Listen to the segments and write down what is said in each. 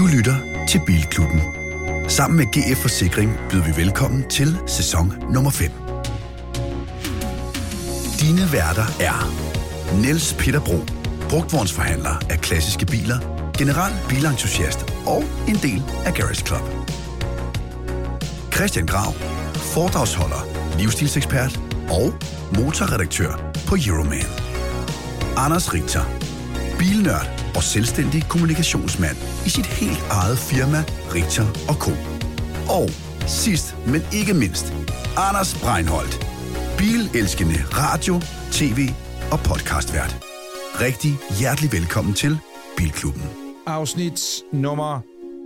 lytter til Bilklubben. Sammen med GF Forsikring byder vi velkommen til sæson nummer 5. Dine værter er Niels Peter Bro, brugtvognsforhandler af klassiske biler, general bilentusiast og en del af Garage Club. Christian Grav, foredragsholder, livsstilsekspert og motorredaktør på Euroman. Anders Richter, bilnørd og selvstændig kommunikationsmand i sit helt eget firma Richter & Co. Og sidst, men ikke mindst, Anders Breinholt, bilelskende radio, tv og podcastvært. Rigtig hjertelig velkommen til Bilklubben. Afsnit nummer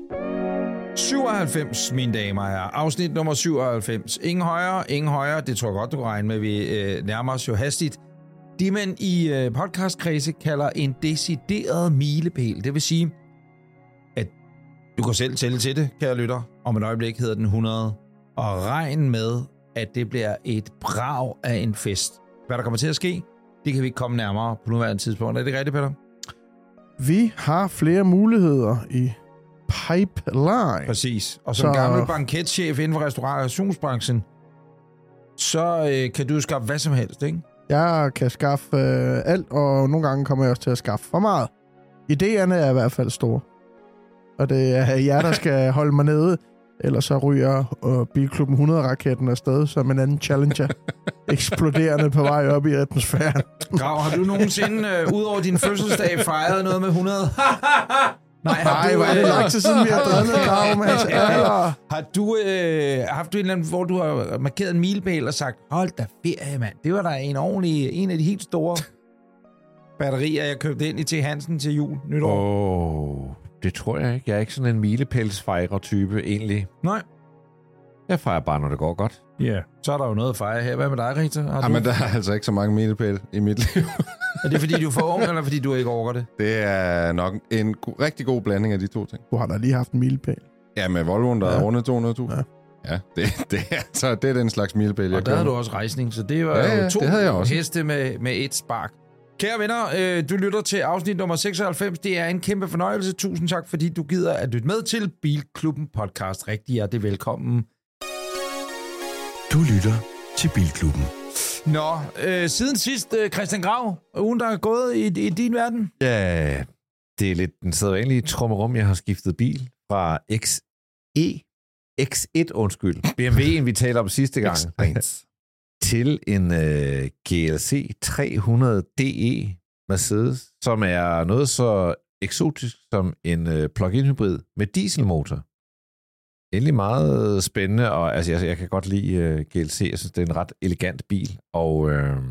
97, mine damer og herrer. Afsnit nummer 97. Ingen højere. Det tror jeg godt, du kan regne med. Vi nærmer os jo hastigt. Det, man i podcastkredse kalder en decideret milepæl. Det vil sige, at du kan selv tælle til det, kære lytter. Om et øjeblik hedder den 100. Og regn med, at det bliver et brag af en fest. Hvad der kommer til at ske, det kan vi ikke komme nærmere på nuværende tidspunkt. Er det rigtigt, Peter? Vi har flere muligheder i pipeline. Præcis. Og som gammel banketchef inden for restaurationsbranchen, så kan du skaffe hvad som helst, ikke? Jeg kan skaffe alt, og nogle gange kommer jeg også til at skaffe for meget. Idéerne er i hvert fald store. Og det er jer, der skal holde mig nede. Ellers så ryger Bilklubben 100-raketten afsted som en anden challenger. Eksploderende på vej op i atmosfæren. Grav, har du nogensinde, ud over din fødselsdag, fejret noget med 100? Nej, var det lang tid siden, vi har drillet Grav, Mads? Har du haft en eller anden, hvor du har markeret en milepæl og sagt, hold da ferie, mand. Det var da en af de helt store batterier, jeg købte ind i T. Hansen til jul, nytår. Det tror jeg ikke. Jeg er ikke sådan en milepælsfejrer-type, egentlig. Nej. Jeg fejrer bare, når det går godt. Ja. Yeah. Så er der jo noget at fejre her. Hvad med dig, Rita? Men der er altså ikke så mange milepæle i mit liv. Er det fordi, du er for ung, eller fordi du ikke overgår det? Det er nok en rigtig god blanding af de to ting. Du har da lige haft en milepæl. Ja, med Volvoen, der er rundet 200.000. Ja, det er den slags milepæl, og der havde du også rejsning, så det var jo to heste med et spark. Kære venner, du lytter til afsnit nummer 96. Det er en kæmpe fornøjelse. Tusind tak, fordi du gider at lytte med til Bilklubben podcast. Rigtig hjertelig velkommen. Du lytter til Bilklubben. Nå, siden sidst, Christian Grav, ugen der er gået i din verden? Ja, det er lidt den sædvanlige trummerum. Jeg har skiftet bil fra X1, BMW'en, vi talte om sidste gang, til en GLC 300 DE Mercedes, som er noget så eksotisk som en plug-in hybrid med dieselmotor. Endelig meget spændende, og altså, jeg kan godt lide GLC. Jeg synes, det er en ret elegant bil, og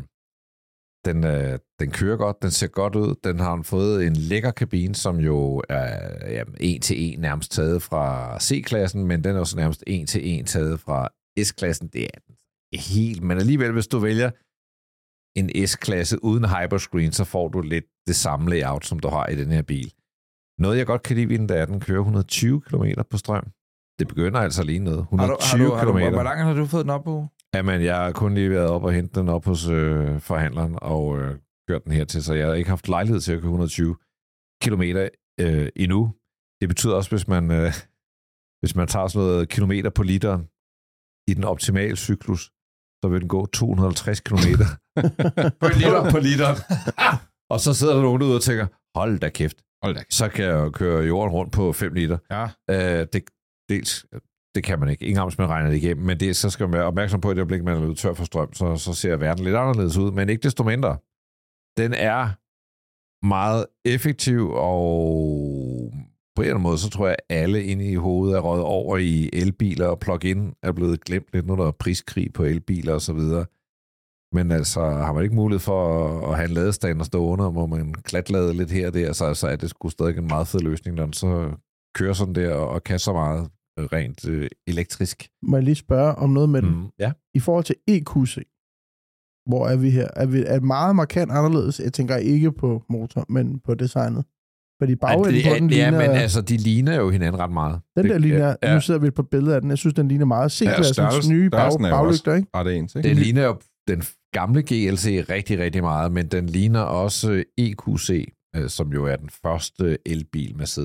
den kører godt, den ser godt ud. Den har fået en lækker kabine, som jo er en til en nærmest taget fra C-klassen, men den er også nærmest en til en taget fra S-klassen. Det er helt, men alligevel, hvis du vælger en S-klasse uden hyperscreen, så får du lidt det samme layout, som du har i den her bil. Noget, jeg godt kan lide ved den, er, at den kører 120 km på strøm. Det begynder altså lige noget. 120 km. Hvor langt har du fået den op på? Jamen, jeg har kun lige været op og hente den op hos forhandleren og kørt den hertil, så jeg har ikke haft lejlighed til at køre 120 km endnu. Det betyder også, hvis man tager sådan noget kilometer på literen i den optimale cyklus, så vil den gå 250 km på literen. Og så sidder der nogen derude og tænker, hold da kæft, så kan jeg køre jorden rundt på 5 liter. Ja. Det kan man ikke. Ingen gang, man regner det igennem, men så skal man være opmærksom på, at det øjeblik, man er lidt tør for strøm, så ser verden lidt anderledes ud, men ikke desto mindre. Den er meget effektiv, og på en eller anden måde, så tror jeg, at alle inde i hovedet er røget over i elbiler, og plug-in er blevet glemt lidt, nu der er priskrig på elbiler og så videre. Men altså, har man ikke mulighed for at have en ladestand og stå under, hvor man klatlade lidt her og der, så er det sgu stadig en meget fed løsning, når den så kører sådan der og kan så meget rent elektrisk. Må jeg lige spørge om noget med den? Ja. I forhold til EQC, hvor er vi her? Er det meget markant anderledes? Jeg tænker ikke på motor, men på designet. Fordi bagenden på den ligner... Ja, men altså, de ligner jo hinanden ret meget. Den der ligner... Nu sidder vi på billedet af den. Jeg synes, den ligner meget C-klassens nye baglygter, ikke? Ret ens, ikke? Den ligner jo den gamle GLC rigtig, rigtig meget, men den ligner også EQC, som jo er den første elbil, Mercedes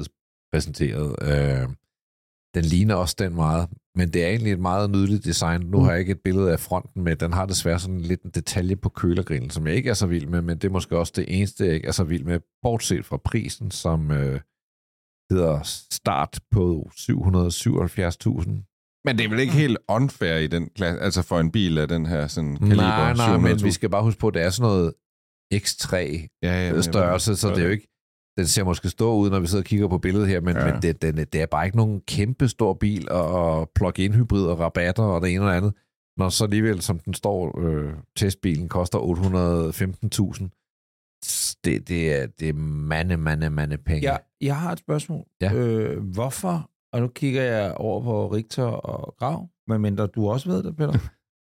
præsenteret. Den ligner også den meget, men det er egentlig et meget nydeligt design. Nu har jeg ikke et billede af fronten med. Den har desværre sådan lidt en detalje på kølergrillen, som jeg ikke er så vild med, men det er måske også det eneste, jeg ikke er så vild med, bortset fra prisen, som hedder start på 777.000. Men det er vel ikke helt unfair i den klasse, altså for en bil af den her sådan kaliber? Nej, men vi skal bare huske på, at det er sådan noget X3 størrelse, så det er jo ikke, den ser måske stor ud, når vi sidder og kigger på billedet her, men det er bare ikke nogen kæmpe stor bil, og plug-in hybrid og rabatter og det ene og det andet, når så alligevel, som den står, testbilen koster 815.000. Det er mange penge. Ja, jeg har et spørgsmål. Ja. Hvorfor, og nu kigger jeg over på Richter og Grav, medmindre du også ved det, Peter,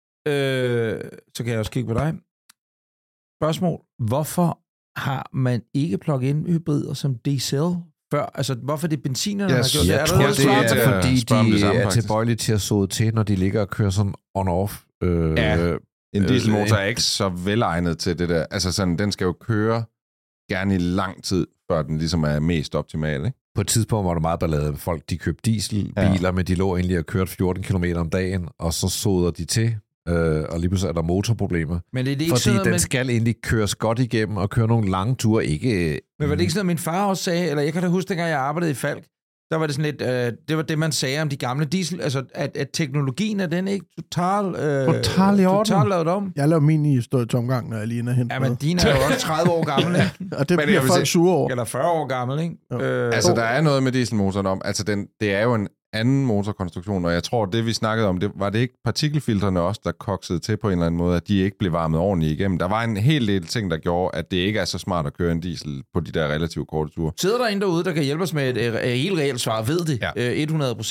så kan jeg også kigge på dig. Spørgsmål. Hvorfor har man ikke plug-in hybrider som diesel før? Altså, hvorfor det er benzinerne, der har gjort det? Jeg tror, det er, fordi de samme, er tilbøjelige til at såde til, når de ligger og kører sådan on-off. En dieselmotor er ikke så velegnet til det der. Altså, sådan, den skal jo køre gerne i lang tid, før den ligesom er mest optimal, ikke? På et tidspunkt var der meget ballade. Folk, de købte dieselbiler, men de lå egentlig og kørte 14 km om dagen, og så såder de til. Og lige pludselig er der motorproblemer. Men det er ikke fordi sådan, den skal egentlig køres godt igennem og køre nogle lange ture, ikke... Men var det ikke sådan, at min far også sagde, eller jeg kan da huske, dengang jeg arbejdede i Falck, der var det sådan lidt, det var det, man sagde om de gamle diesel, altså at teknologien er den ikke totalt lavet om. Jeg laver min i stået tomgang, når jeg lige er hentet. Ja, men din er jo også 30 år gammel, ikke? Og det bliver folk sure over. Eller 40 år gammel, ikke? Altså, der er noget med dieselmotoren om. Altså, det er jo en anden motorkonstruktion, og jeg tror, det vi snakkede om, var det ikke partikelfiltrene også, der koksede til på en eller anden måde, at de ikke blev varmet ordentligt igennem. Der var en hel del ting, der gjorde, at det ikke er så smart at køre en diesel på de der relativt korte ture. Sidder der en derude, der kan hjælpe os med et helt reelt svar? Ved det? Ja.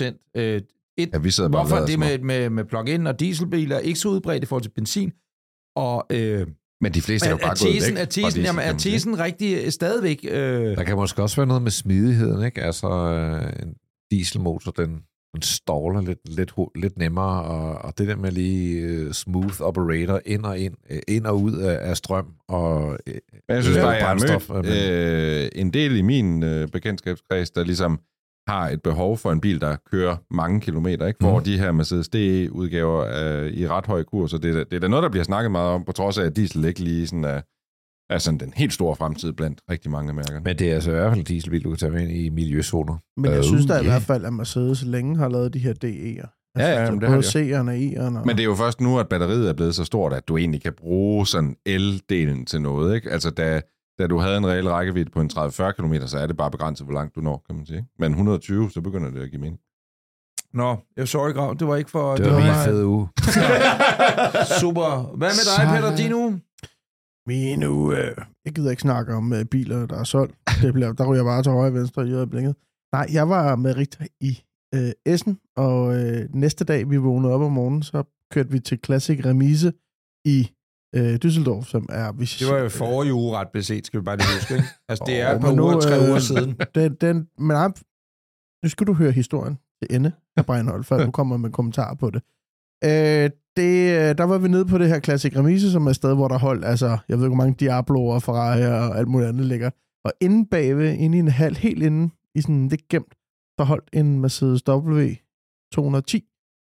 100%. Vi sidder bare hvorfor det med plug-in og dieselbiler er ikke så udbredt i forhold til benzin? Og... men de fleste er jo bare gået væk. Er tesen rigtig stadigvæk... Der kan måske også være noget med smidigheden, ikke? Altså, en dieselmotor, den ståler lidt nemmere, og det der med lige smooth operator ind og ud af strøm og men jeg synes bare, jeg har mødt en del i min bekendtskabskreds, der ligesom har et behov for en bil, der kører mange kilometer, ikke? Hvor de her Mercedes DE-udgaver i ret høj kurs, og det er da noget, der bliver snakket meget om, på trods af, at diesel ikke lige sådan er sådan den helt store fremtid blandt rigtig mange mærker. Men det er altså i hvert fald en dieselbil, du kan tage ind i miljøzoner. Men jeg synes da i hvert fald, at Mercedes længe har lavet de her DE'er. Altså, det har både C'erne og E'erne. Men det er jo først nu, at batteriet er blevet så stort, at du egentlig kan bruge sådan el-delen til noget, ikke? Altså, da du havde en reel rækkevidde på en 30-40 km, så er det bare begrænset, hvor langt du når, kan man sige. Men 120, så begynder det at give mening. Nå, jeg sorry, Grav. Det var ikke for... Det var min fede uge. Super. Hvad med dig, Peter, din uge? Min uge... Jeg gider ikke snakke om biler, der er solgt. Der ryger bare til højre og venstre i øjeblikket. Nej, jeg var med Richter i Essen, og næste dag, vi vågnede op om morgenen, så kørte vi til Classic Remise i Düsseldorf, som er... Det var jo forrige uge ret beset, skal vi bare lige huske, ikke? Altså, det er et par uger, 3 uger siden. Men nu skal du høre historien til ende, her Breinholt, før du kommer med kommentarer på det. Der var vi nede på det her Classic Remise, som er et sted, hvor der holdt, altså, jeg ved ikke, hvor mange Diablo'er, Ferrari og alt muligt andet ligger. Og inde bagved, inde i en hal, helt inde i sådan lidt gemt, der holdt en Mercedes W210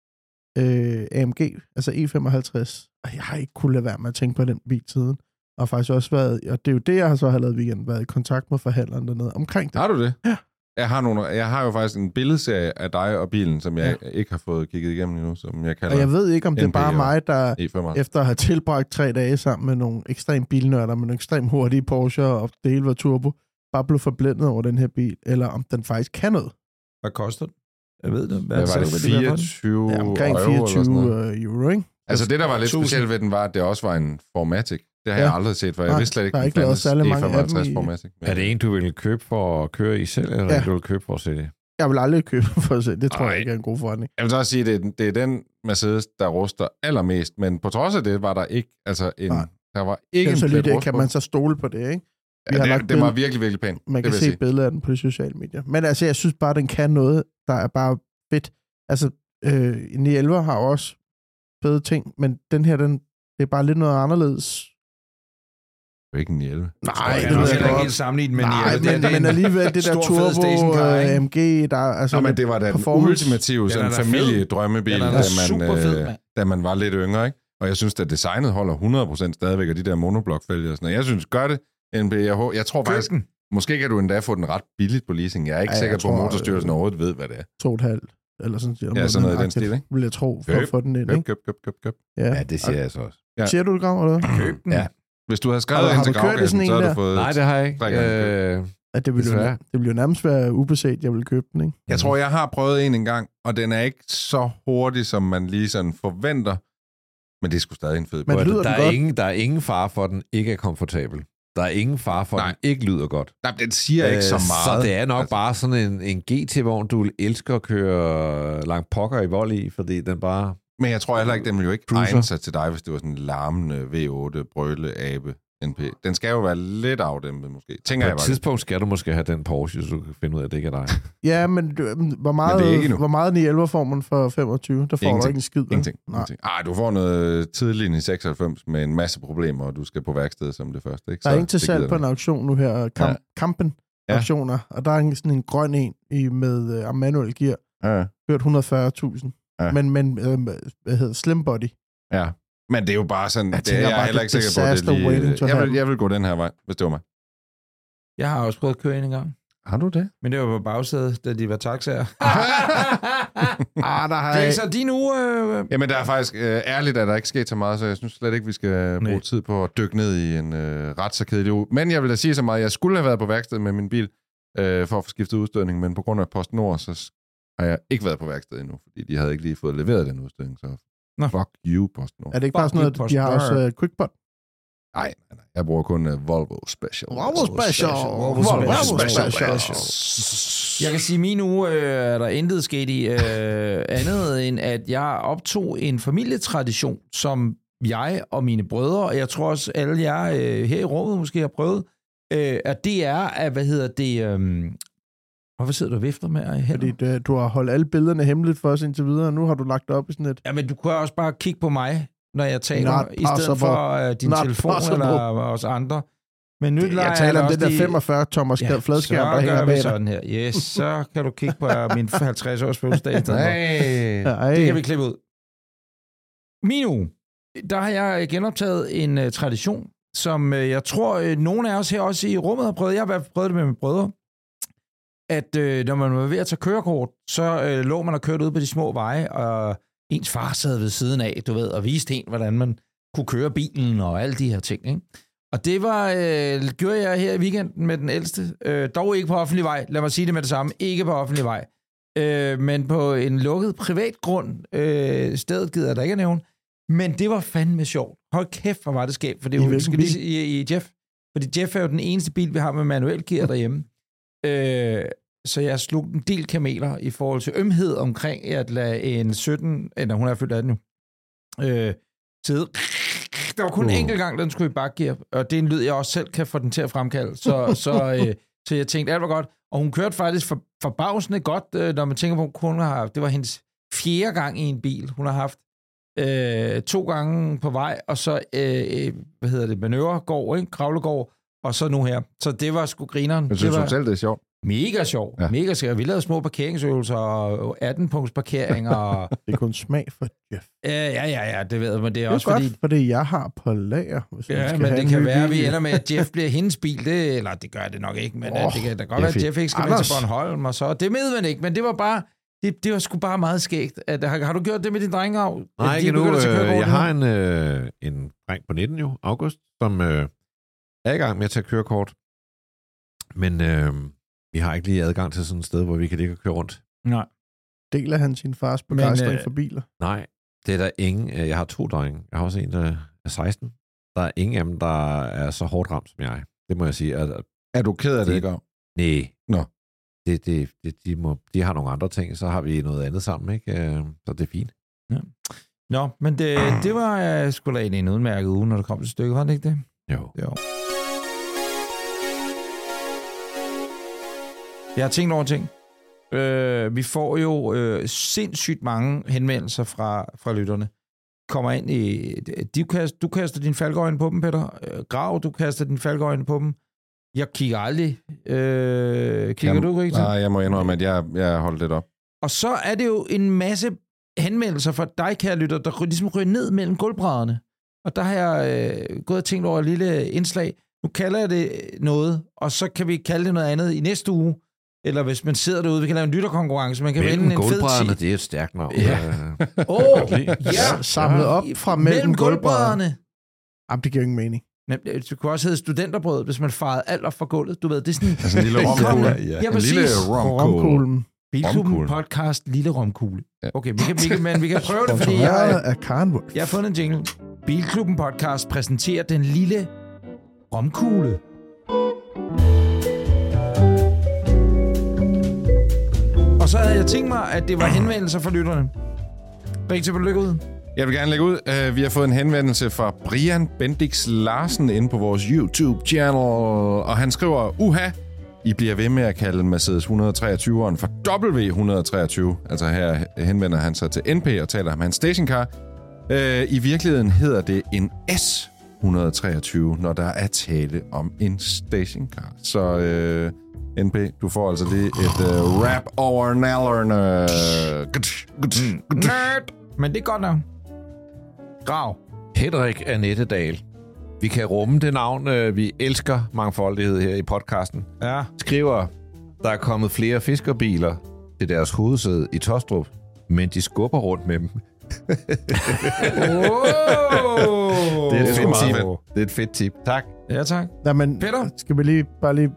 AMG, altså E55. Og jeg har ikke kunnet lade være med at tænke på den bil siden. Og faktisk også været, og det er jo det, jeg har så har lavet weekend, været i kontakt med forhandleren dernede omkring det. Har du det? Ja. Jeg har jo faktisk en billedserie af dig og bilen, som jeg ikke har fået kigget igennem endnu, som jeg kalder... Og jeg ved ikke, om det er bare mig, der E55. efter at have tilbragt 3 dage sammen med nogle ekstrem bilnørder, med nogle ekstremt hurtige Porsche og det hele var turbo, bare blev forblændet over den her bil, eller om den faktisk kan noget. Hvad koster den? Jeg ved det. Hvad var det? 24 ja, omkring 24 euro, ikke? Altså det, der var lidt specielt ved den, var, at det også var en Formatic. Det har jeg aldrig set, for jeg vidste slet ikke, der er ikke lavet særlig mange af dem i... Formatic. Er det en, du vil købe for at køre i selv, eller en, du vil købe for at sælge? Jeg vil aldrig købe for at sælge. Det tror jeg ikke er en god forretning. Jeg vil så også sige, at det er den Mercedes, der ruster allermest, men på trods af det, var der ikke der var ikke en plet rust. Kan man så stole på det, ikke? Ja, det var virkelig, virkelig pænt. Man kan se billeder af den på de sociale medier. Men altså, jeg synes bare, den kan noget, der er bare fedt. Altså, 911 har også fede ting, men den her, det er bare lidt noget anderledes ikke en 11. Nej, det det ved er jeg ikke godt. helt sammenlignet med Nej, Niel. men alligevel det der stor, fed turbo stationcar, ikke? AMG, der altså... Nå, men det var da den performance. ultimative sådan, Den er da familiedrømmebil, fed. Den er da super fed, mand. da man var lidt yngre, ikke? Og jeg synes, at designet holder 100% stadigvæk, og de der monoblokfælge og sådan noget. Jeg synes, gør det, NB. Jeg tror faktisk, måske kan du endda få den ret billigt på leasing. Jeg er ikke sikker på, at Motorstyrelsen overhovedet ved, hvad det er. 2,5 eller sådan noget. Ja, sådan noget i den stil, ikke? Vil jeg tro, for at få den ind, ikke? Køb. Ja, det siger jeg så også. Ja. Siger du det, Grav, eller hvad? Køb den. Ja. Hvis du havde skrevet ind til Gravgassen, så havde du fået... Nej, det har jeg ikke. At det ville jo nærmest være ubeset, jeg ville købe den, ikke? Jeg tror, jeg har prøvet en gang, og den er ikke så hurtig, som man lige sådan forventer. Men det er sgu stadig en fed bil. Men lyder der er ingen fare for, at den ikke er komfortabel. Der er ingen fare for, at den ikke lyder godt. Nej, den siger ikke så meget. Så det er nok bare sådan en GT-vogn, du elsker at køre langt pokker i vold i, fordi den bare... Men jeg tror heller ikke, den vil jo ikke egne sig til dig, hvis det var sådan en larmende V8 brøle-abe NP. Den skal jo være lidt afdæmpet, måske. Tænker på et tidspunkt skal du måske have den Porsche, så du kan finde ud af, at det ikke er dig. Ja, men hvor meget 911 får man for 25? Der får du ikke en skid. Ingenting. Du får noget tidligt i 96 med en masse problemer, og du skal på værksted som det første. Ikke? Der er en til salg på en auktion nu her, Kampen-auktioner, og der er sådan en grøn en med manuel gear. Ja. Hørt 140.000. Ja. Men hvad hedder Slim Body. Ja. Men det er jo bare sådan, jeg er heller ikke sikker på, at det lige... Jeg vil gå den her vej, hvis det var mig. Jeg har også prøvet at køre en gang. Har du det? Men det var på bagsædet, da de var taxaer. der har det er så din uge... Jamen, der er faktisk ærligt, at der ikke sket så meget, så jeg synes slet ikke, vi skal bruge tid på at dykke ned i en ret så kedelig uge. Men jeg vil da sige så meget, jeg skulle have været på værksted med min bil for at få skiftet udstødning, men på grund af PostNord, så har jeg ikke været på værksted endnu, fordi de havde ikke lige fået leveret den udstødning, så fuck you, PostNord. Er det ikke bare sådan noget, de har også QuickBot? Nej. Jeg bruger kun Volvo Special. Volvo Special. Jeg kan sige, at min uge er der intet sket i andet, end at jeg optog en familietradition, som jeg og mine brødre, og jeg tror også alle jer her i rummet måske har prøvet, at det er, at, hvorfor sidder du og vifter med her? Fordi du har holdt alle billederne hemmeligt for os indtil videre, og nu har du lagt det op i sådan et... Ja, men du kan også bare kigge på mig, når jeg taler, i stedet for din telefon eller os andre. Men nu jeg taler om det der 45-tommer fladskærm, der hænger bag sådan her. Yes, så kan du kigge på min 50-års fødselsdag. Det kan vi klippe ud. Min uge, der har jeg genoptaget en tradition, som jeg tror, nogle af os her også i rummet har prøvet. Jeg har i hvert fald prøvet det med mine brødre. At når man var ved at tage kørekort, så lå man og kørte ud på de små veje, og ens far sad ved siden af, du ved, og viste en, hvordan man kunne køre bilen og alle de her ting, ikke? Og det gjorde jeg her i weekenden med den ældste. Dog ikke på offentlig vej. Lad mig sige det med det samme. Ikke på offentlig vej. Men på en lukket privat grund. Stedet gider jeg da ikke at nævne. Men det var fandme sjovt. Hold kæft, hvor var det skægt. For det er jo, skal lige i Jeff. Fordi Jeff er jo den eneste bil, vi har med manuel gear derhjemme. Så jeg slog en del kameler i forhold til ømhed omkring at lade en 17, eller hun er fyldt 18 nu, sidde. Der var kun en enkelt gang, den skulle i bakgear, og det er en lyd, jeg også selv kan få den til at fremkalde. Så jeg tænkte, alt var godt. Og hun kørte faktisk forbavsende godt, når man tænker på, at hun har haft, det var hendes 4. gang i en bil, hun har haft 2 gange på vej, og så, manøvregård, ikke? Kravlegård, og så nu her. Så det var sgu grineren. Jeg synes selv, det er sjovt. Mega sjov. Ja. Mega sjov. Vi lavede små parkeringsøvelser og 18-punkts parkeringer. Det er kun smag for Jeff. Ja, det ved jeg, men det er også godt, fordi jeg har på lager. Ja, men det kan være, at vi ender med, at Jeff bliver hendes bil. Eller det gør det nok ikke, men det kan da godt være, at Jeff ikke skal med til Bornholm. Og så. Det med man ikke, men det var bare... Det var sgu bare meget skægt. Har du gjort det med din drenge? Nej, ikke nu. Jeg har en dreng på 19 jo, August, som er i gang med at tage kørekort. Men vi har ikke lige adgang til sådan et sted, hvor vi kan ligge og køre rundt. Nej. Deler han sin fars begejstring for biler? Nej, det er der ingen. Jeg har 2 drenge. Jeg har også en, der er 16. Der er ingen af dem, der er så hårdt ramt som jeg. Det må jeg sige. Er du ked af det, ikke? Nej. Nå. De har nogle andre ting, så har vi noget andet sammen, ikke? Så det er fint. Ja. Nå, men det var sgu da en udmærket uge, når det kom til stykket, var det ikke det? Jo. Jeg har tænkt over ting. Vi får jo sindssygt mange henvendelser fra lytterne. kommer ind i... Du kaster din falkeøjne på dem, Peter. Grav, du kaster din falkeøjne på dem. Jeg kigger aldrig. Kigger du, Rigtig? Nej, jeg må indrømme, at jeg holdt lidt op. Og så er det jo en masse henvendelser fra dig, kære lytter, der ligesom ryger ned mellem gulvbrædderne. Og der har jeg gået og tænkt over et lille indslag. Nu kalder jeg det noget, og så kan vi kalde det noget andet i næste uge. Eller hvis man sidder derude, vi kan lave en lytterkonkurrence. Man kan vinde en fed 10. Det er et stærkt navn. Ja. Samlet op fra mellem gulvbrædderne. Jamen, det giver ingen mening. Det kunne også hedde studenterbrød, hvis man farede alt op fra gulvet. Du ved, det er sådan... Altså en lille romkugle. Ja, en lille romkugle. Bilklubben podcast, lille romkugle. Okay, vi kan prøve det, fordi jeg har fundet en jingle. Bilklubben podcast præsenterer den lille romkugle. Og så havde jeg tænkt mig, at det var henvendelser fra lytterne. Rigtig lykke ud. Jeg vil gerne lægge ud. Vi har fået en henvendelse fra Brian Bendix Larsen inde på vores YouTube-channel, og han skriver, I bliver ved med at kalde Mercedes 123'eren for W123. Altså her henvender han sig til NP og taler om hans stationcar. I virkeligheden hedder det en S123, når der er tale om en stationcar. Så NP, du får altså lige et rap over nallerne. Men det er godt nok. Grav. Henrik Annettedal. Vi kan rumme det navn. Vi elsker mangfoldighed her i podcasten. Ja. Skriver, der er kommet flere fiskerbiler til deres hovedsæde i Tostrup, men de skubber rundt med dem. Det er et fedt tip. Det er et fedt tip. Tak. Ja, tak. Ja, men Peter? Skal vi bare lige...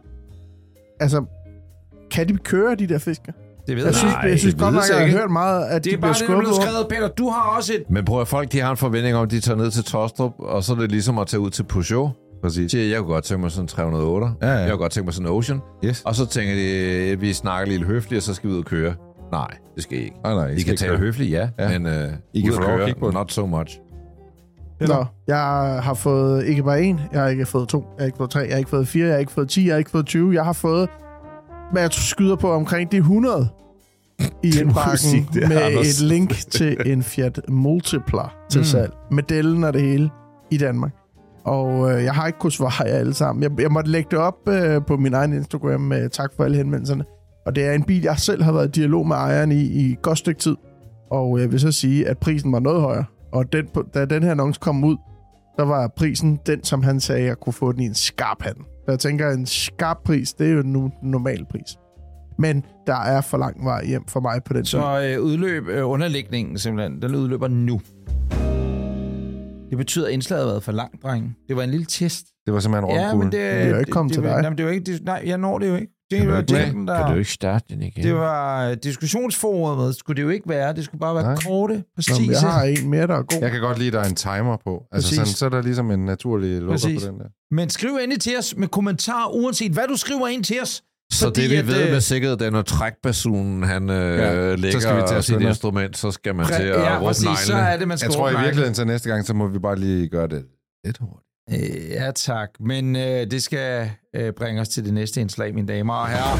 kan de køre, de der fisker? Det ved jeg synes godt nok, at jeg har hørt meget, at det de bliver skubbet. Det er bare det, du har skrevet, Peter. Du har også et... Men prøv at folk, de har en forventning om, at de tager ned til Tostrup, og så er det ligesom at tage ud til Peugeot. Præcis. Jeg kunne godt tænke mig sådan en 308. Ja. Jeg kunne godt tænke mig sådan en Ocean. Yes. Og så tænker de, at vi snakker lidt høfligt, og så skal vi ud og køre. Nej, det skal I ikke. Nej, I kan tale høfligt, ja. Men I kan få lov at kigge på not so much. Nå, jeg har fået ikke bare 1, jeg har ikke fået 2, jeg har ikke fået 3, jeg har ikke fået 4, jeg har ikke fået 10, jeg har ikke fået 20. Jeg har fået, hvad jeg skyder på omkring de 100 i indbakken med et link til en Fiat Multipla til salg. Med dellen og det hele i Danmark. Og jeg har ikke kunnet svare jer alle sammen. Jeg måtte lægge det op på min egen Instagram med tak for alle henvendelserne. Og det er en bil, jeg selv har været i dialog med ejeren i et godt stykke tid. Og jeg vil så sige, at prisen var noget højere. Og da den her annonce kom ud, der var prisen den, som han sagde, jeg kunne få den i en skarp handel. Så jeg tænker, en skarp pris, det er jo en normal pris. Men der er for lang vej hjem for mig på den. Så udløb underlægningen simpelthen, den udløber nu. Det betyder, at indslaget har været for langt, dreng. Det var en lille test. Det var simpelthen en romkugle. Men det er jo ikke kommet til dig. Jamen, det var ikke, nej, jeg når det jo ikke. Det var Kan du ikke starte den igen? Det var diskussionsforumet, skulle det jo ikke være. Det skulle bare være korte, præcise. Jeg har en mere, der er god. Jeg kan godt lide, at der er en timer på. Altså sådan, så er der ligesom en naturlig lukker på den der. Men skriv endelig til os med kommentarer, uanset hvad du skriver ind til os. Så det vi ved med sikkerhed, det er, når trækbasunen han lægger sit instrument, så skal man til at råbe neglene. Så er det, man skal jeg tror i virkeligheden til næste gang, så må vi bare lige gøre det lidt hurtigt. Ja, tak. Men det skal bringe os til det næste indslag, mine damer og herrer.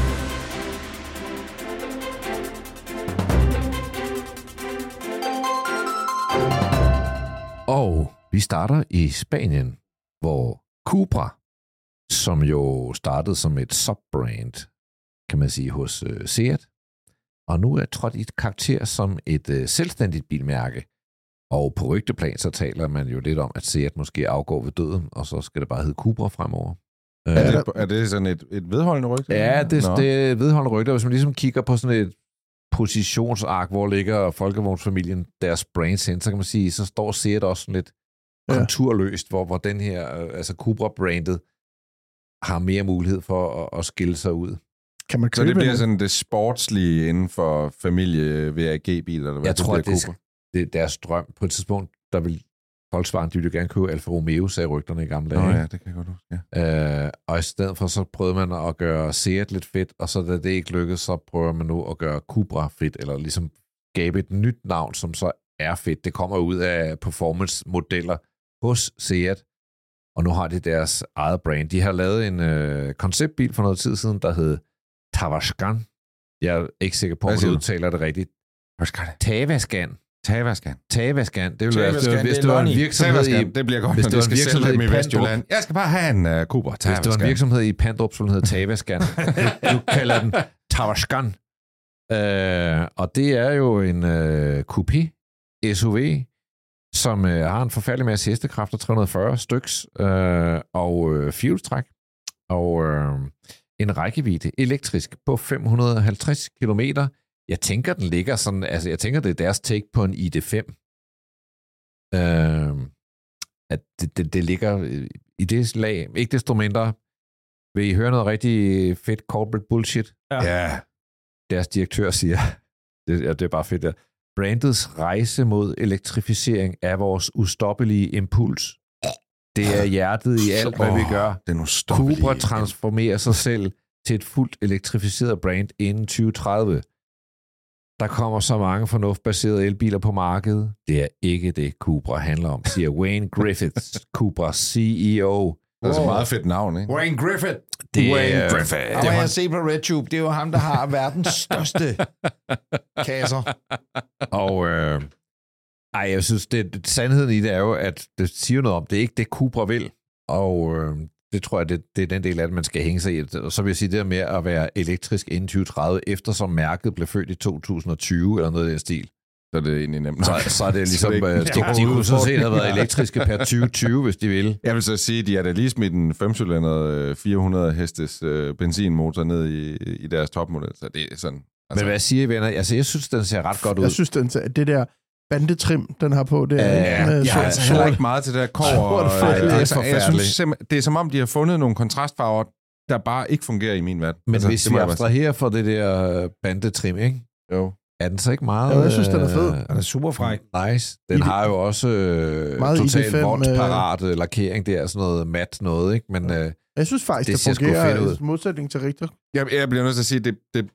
Og vi starter i Spanien, hvor Cupra, som jo startede som et subbrand, kan man sige, hos Seat, og nu er trådt i et karakter som et selvstændigt bilmærke. Og på rygteplan, så taler man jo lidt om, at Seat måske afgår ved døden, og så skal det bare hedde Cupra fremover. Er det sådan et vedholdende rygte? Ja, det er et vedholdende rygte. Hvis man ligesom kigger på sådan et positionsark, hvor ligger Folkevognsfamilien deres brands hen, så kan man sige, så står Seat også sådan lidt konturløst, hvor den her, altså Cupra-brandet, har mere mulighed for at skille sig ud. Kan man så det bliver sådan det sportslige inden for familie VAG-biler? Eller hvad? Jeg tror, at det er deres drøm. På et tidspunkt, der vil Volkswagen, de ville gerne købe Alfa Romeo, sagde rygterne i gamle dage. Ja, det kan jeg godt huske. Ja. Og i stedet for, så prøvede man at gøre Seat lidt fedt, og så da det ikke lykkedes, så prøver man nu at gøre Cupra fedt, eller ligesom skabe et nyt navn, som så er fedt. Det kommer ud af performance-modeller hos Seat, og nu har de deres eget brand. De har lavet en konceptbil for noget tid siden, der hed Tavascan. Jeg er ikke sikker på, om du udtaler det rigtigt. Tavascan. Tavascan. Tavascan. Det ville være, Tavascan, hvis det det er var en Lonnie. virksomhed Tavascan, i... det bliver godt, hvis når det det var en skal virksomhed sælge dem i i Vestjylland. Jeg skal bare have en Cobra Hvis det var en Tavascan. virksomhed i Pandrup, som hedder Tavascan. Du kalder den Tavascan. Og det er jo en coupé SUV, som har en forfærdelig masse hestekræfter, 340 styks, og firehjulstræk, og en rækkevidde elektrisk på 550 kilometer. Jeg tænker, den ligger sådan, altså jeg tænker, det er deres take på en ID5. At det ligger i det slag. Ikke desto mindre. Vil I høre noget rigtig fedt corporate bullshit? Ja. Deres direktør siger, det er bare fedt der, brandets rejse mod elektrificering er vores ustoppelige impuls. Det er hjertet i alt, hvad vi gør. Den ustoppelige. Cobra transformerer sig selv til et fuldt elektrificeret brand inden 2030. Der kommer så mange fornuftbaserede elbiler på markedet. Det er ikke det, Cobra handler om, siger Wayne Griffiths, Cobras CEO. Det er så meget fedt navn, ikke? Wayne Griffith. Wayne Griffith. Det må jeg se på RedTube. Det er jo ham, der har verdens største kasser. Og jeg synes, sandheden i det er jo, at det siger noget om, det er ikke det, Cobra vil. Og det tror jeg, det er den del af det, man skal hænge sig i. Og så vil jeg sige, det med at være elektrisk inden 2030, eftersom mærket blev født i 2020, eller noget af den stil. Så er det egentlig nemt. Så er det ligesom, de kunne sådan set have været elektriske per 2020, hvis de ville. Jeg vil så sige, at de har da lige smidt en 5-cylindret 400 hestes benzinmotor ned i deres topmodel, så det er sådan... Altså. Men hvad siger I, venner? Altså, jeg synes, den ser ret godt ud. Jeg synes, det der bandetrim, den har på, det er... Jeg har altså heller ikke meget til det der kår. Jeg synes, det er som om, de har fundet nogle kontrastfarver, der bare ikke fungerer i min verden. Men altså, hvis vi abstraherer for det der bandetrim, ikke? Jo. Er den så ikke meget... Ja, jeg synes, den er fed. Den er super fræk. Nice. Den har jo også totalt voltparat lakering der, sådan noget mat noget, ikke? Men jeg synes faktisk, det fungerer i modsætning til Richter. Jeg bliver nødt til at sige,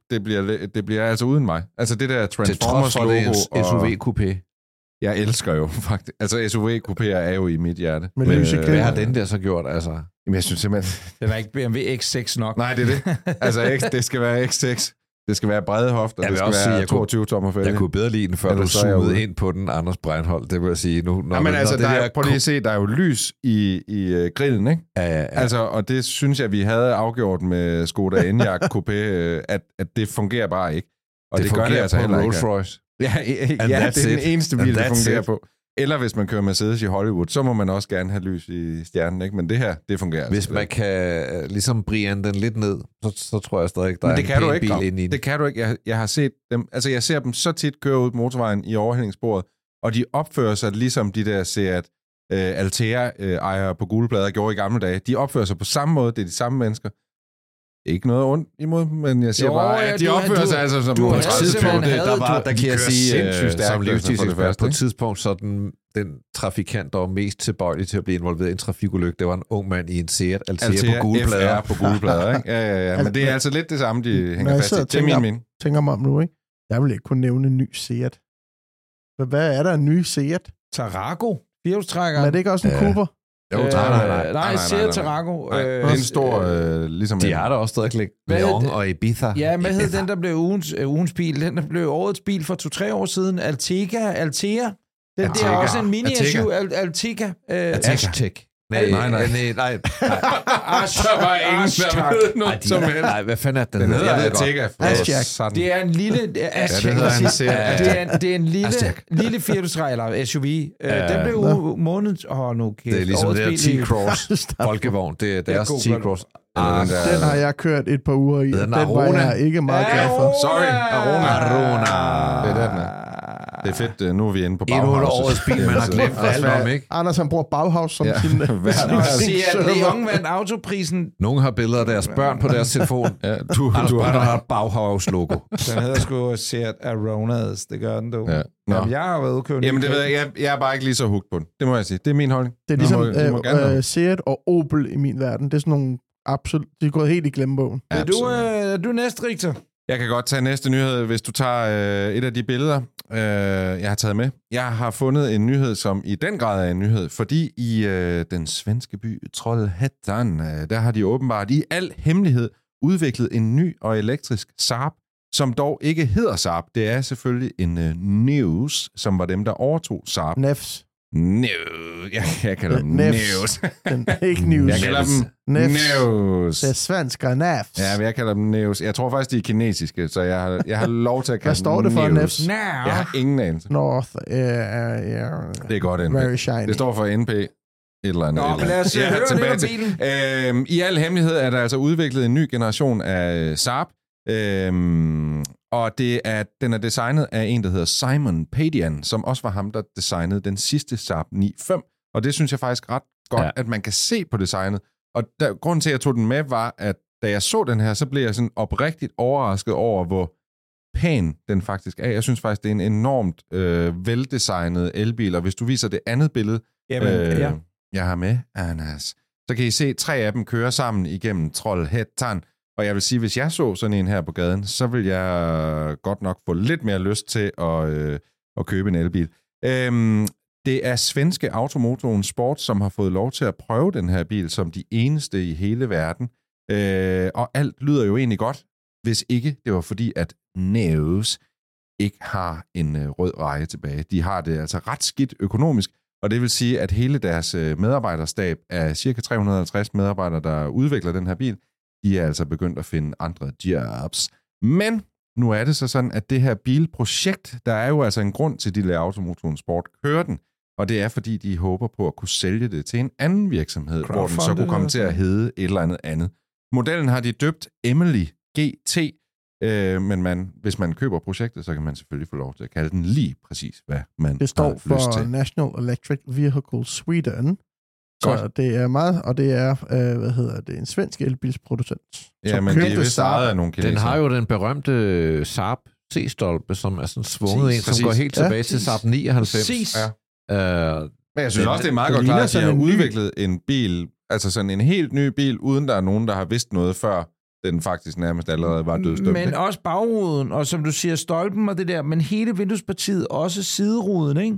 det bliver altså uden mig. Altså det der Transformers-logo... Det SUV-coupé. Jeg elsker jo faktisk... Altså SUV-coupéer er jo i mit hjerte. Men hvad har den der så gjort, altså? Jamen jeg synes simpelthen... Den er ikke BMW X6 nok. Nej, det er det. Altså det skal være X6. Det skal være brede hofter, det skal være 22 tommer fælge. Jeg kunne bedre lide den, før du zoomede ind på den, Anders Breinholt. Det vil jeg sige nu. Men altså, prøv lige at se, der er jo lys i grillen, ikke? Ja. Altså, og det synes jeg, vi havde afgjort med Skoda Enyaq Coupé, at det fungerer bare ikke. Og det gør det altså heller ikke. Rolls Royce. Ja, det er den eneste bil, det fungerer på. Eller hvis man kører Mercedes i Hollywood, så må man også gerne have lys i stjernen, ikke? Men det her, det fungerer. Hvis man kan ligesom brian den lidt ned, så tror jeg stadig, der er en pæn bil inde i den. Det kan du ikke. Jeg har set dem, altså jeg ser dem så tit køre ud på motorvejen i overhældningssporet, og de opfører sig ligesom de der Seat Altea-ejere på gule plader gjorde i gamle dage. De opfører sig på samme måde, det er de samme mennesker. Ikke noget ondt imod, men jeg siger bare, at de opfører sig altså som nogle tidspunkt, der kan jeg sige, som livsstilsekspert, på et tidspunkt, så den trafikant, der var mest tilbøjelig til at blive involveret i en trafikulykke, det var en ung mand i en Seat Altea på gule plader. på gule plader, ikke? Ja. Men det er altså lidt det samme, de hænger fast i. Det er min mening. Tænker mig om nu, ikke? Jeg vil ikke kunne nævne en ny Seat. Hvad er der en ny Seat? Tarago? Firehjulstrækker? Men er det ikke også en Cooper? Jo, nej, Seat Tarago. Det er en stor, ligesom... De har der også stadig Leon og Ibiza. Ja, hvad hed den, der blev ugens bil? Den, der blev årets bil for 2-3 år siden. Altea. Det er også en mini-SUV. Altea. Aztec. Nej. Der var ingen, der ved noget som helst. Nej, hvad fanden er den? Den hedder Aztec. Det er en lille... Det er en lille firehjulstræk, eller SUV. Den blev måneds... Det er ligesom det der T-Cross folkevogn. Det er deres T-Cross. Den har jeg kørt et par uger i. Den var jeg ikke meget glad for. Sorry, Arona. Det er den, Det er fedt, nu er vi inde på Bauhaus. 100 årets bil, man har glemt alt om, ikke? Anders, han bruger Bauhaus som sin... Leon vandt autoprisen. Nogen har billeder af deres børn på deres telefon. Du har et Bauhaus-logo. Den hedder sgu Seat Aronas, det gør den, du. Ja. Jamen, jeg har været udkøbt. Jamen, det ved jeg er bare ikke lige så hooked på den. Det må jeg sige. Det er min holdning. Det er ligesom Seat og Opel i min verden. Det er sådan nogle absolut... De er gået helt i glemmebogen. Er du næste, Richter? Jeg kan godt tage næste nyhed, hvis du tager et af de billeder, jeg har taget med. Jeg har fundet en nyhed, som i den grad er en nyhed, fordi i den svenske by Trollhättan, der har de åbenbart i al hemmelighed udviklet en ny og elektrisk Saab som dog ikke hedder Saab. Det er selvfølgelig en News, som var dem, der overtog Saab. Nefs. Jeg kalder dem News. Ikke News. Jeg kalder dem News. Det er svensker, Nefs. Ja, men jeg kalder dem News. Jeg tror faktisk, de er kinesiske, så jeg har lov til at kalde dem Hvad står det for, Nefs? Jeg har ingen anelse. North. Det er godt, NP. Very shiny. Det står for NP. Et eller andet. Nå, men lad os høre det om bilen. I al hemmelighed er der altså udviklet en ny generation af Saab. Og den er designet af en, der hedder Simon Padian, som også var ham, der designede den sidste Saab 9.5. Og det synes jeg faktisk ret godt, at man kan se på designet. Og grunden til, at jeg tog den med, var, at da jeg så den her, så blev jeg sådan oprigtigt overrasket over, hvor pæn den faktisk er. Jeg synes faktisk, det er en enormt veldesignet elbil. Og hvis du viser det andet billede, jeg har med, Anders, så kan I se 3 af dem køre sammen igennem Trollhättan. Og jeg vil sige, hvis jeg så sådan en her på gaden, så vil jeg godt nok få lidt mere lyst til at købe en elbil. Det er svenske Automotoren Sport, som har fået lov til at prøve den her bil som de eneste i hele verden. Og alt lyder jo egentlig godt, hvis ikke det var fordi, at Neos ikke har en rød reje tilbage. De har det altså ret skidt økonomisk, og det vil sige, at hele deres medarbejderstab af cirka 350 medarbejdere, der udvikler den her bil, de er altså begyndt at finde andre jobs. Men nu er det så sådan, at det her bilprojekt, der er jo altså en grund til, at de lader Automotoren Sport køre den, og det er, fordi de håber på at kunne sælge det til en anden virksomhed, hvor den så kunne komme til at hedde et eller andet. Modellen har de døbt Emily GT, men hvis man køber projektet, så kan man selvfølgelig få lov til at kalde den lige præcis, hvad man det står har lyst til. for National Electric Vehicle Sweden. Så det er meget, og det er, en svensk elbilsproducent. Ja, men det er vist ejet af nogle kineser. Den har jo den berømte Saab C-stolpe, som er sådan svunget ind, som går helt tilbage til Saab 99. Ja. Men jeg synes også, det er meget godt klart, at de har udviklet en bil, altså sådan en helt ny bil, uden der er nogen, der har vidst noget før den faktisk nærmest allerede var dødsdømt. Men også bagruden, og som du siger, stolpen og det der, men hele vinduespartiet, også sideruden, ikke?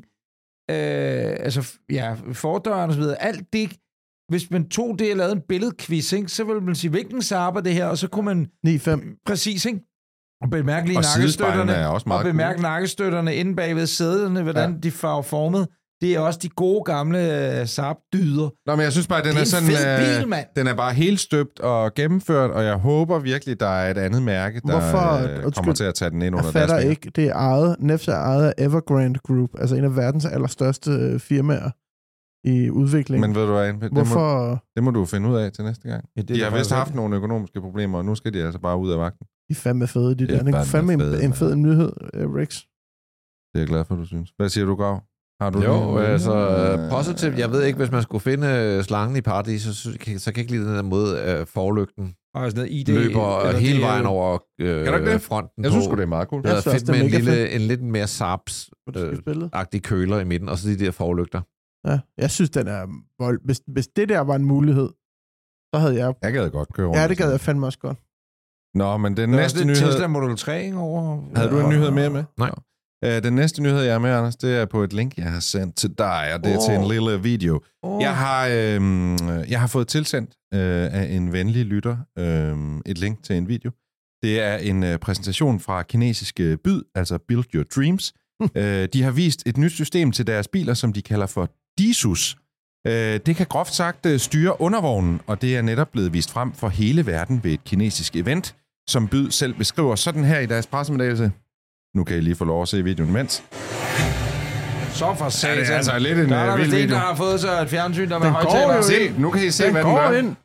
Fordøren og så videre, alt det, hvis man tog det og lavede en billedquiz, ikke, så ville man sige, hvilken Saab er det her, og så kunne man 9.5. Præcis, ikke? Og bemærke lige nakkestøtterne, nakkestøtterne inde bagved sæderne, hvordan de farver formet. Det er også de gode gamle Saab-dyder. Nå, men jeg synes bare, at den er sådan, bil, den er bare helt støbt og gennemført, og jeg håber virkelig, der er et andet mærke, der kommer til at tage den ind under deres vinger. Ikke, det er ejet, Nefs er ejet af Evergrande Group, altså en af verdens allerstørste firmaer i udvikling. Men ved du hvad, det må du finde ud af til næste gang. Ja, de har vist haft nogle økonomiske problemer, og nu skal de altså bare ud af vagten. De er fandme fede, de der. Det er fandme en fed nyhed, Rex. Det er jeg glad for, du synes. Hvad siger du, Grav? Har du positivt. Jeg ved ikke, hvis man skulle finde slangen i paradis, så kan jeg ikke lide den der måde, forlygten løber hele vejen over fronten. Jeg synes det er meget cool. Det er fedt med en lidt mere Saabs-agtig køler i midten, og så de der forlygter. Ja, jeg synes, den er vold. Hvis det der var en mulighed, så havde jeg... Jeg gad godt køre rundt. Ja, det gad jeg fandme også godt. Nå, men den næste nyhed... Tesla Model 3 over... Havde du en nyhed mere med? Nej. Den næste nyhed, jeg er med, Anders, det er på et link, jeg har sendt til dig, og det er til en lille video. Jeg har fået tilsendt af en venlig lytter et link til en video. Det er en præsentation fra kinesiske Byd, altså Build Your Dreams. De har vist et nyt system til deres biler, som de kalder for DiSUS. Det kan groft sagt styre undervognen, og det er netop blevet vist frem for hele verden ved et kinesisk event, som Byd selv beskriver sådan her i deres pressemeddelelse. Nu kan I lige få lov at se videoen imens. Så for satan. Det er altså lidt en vild video. Der har fået så et fjernsyn, der med højtaler. Nu kan I se, hvad den gør. Ind.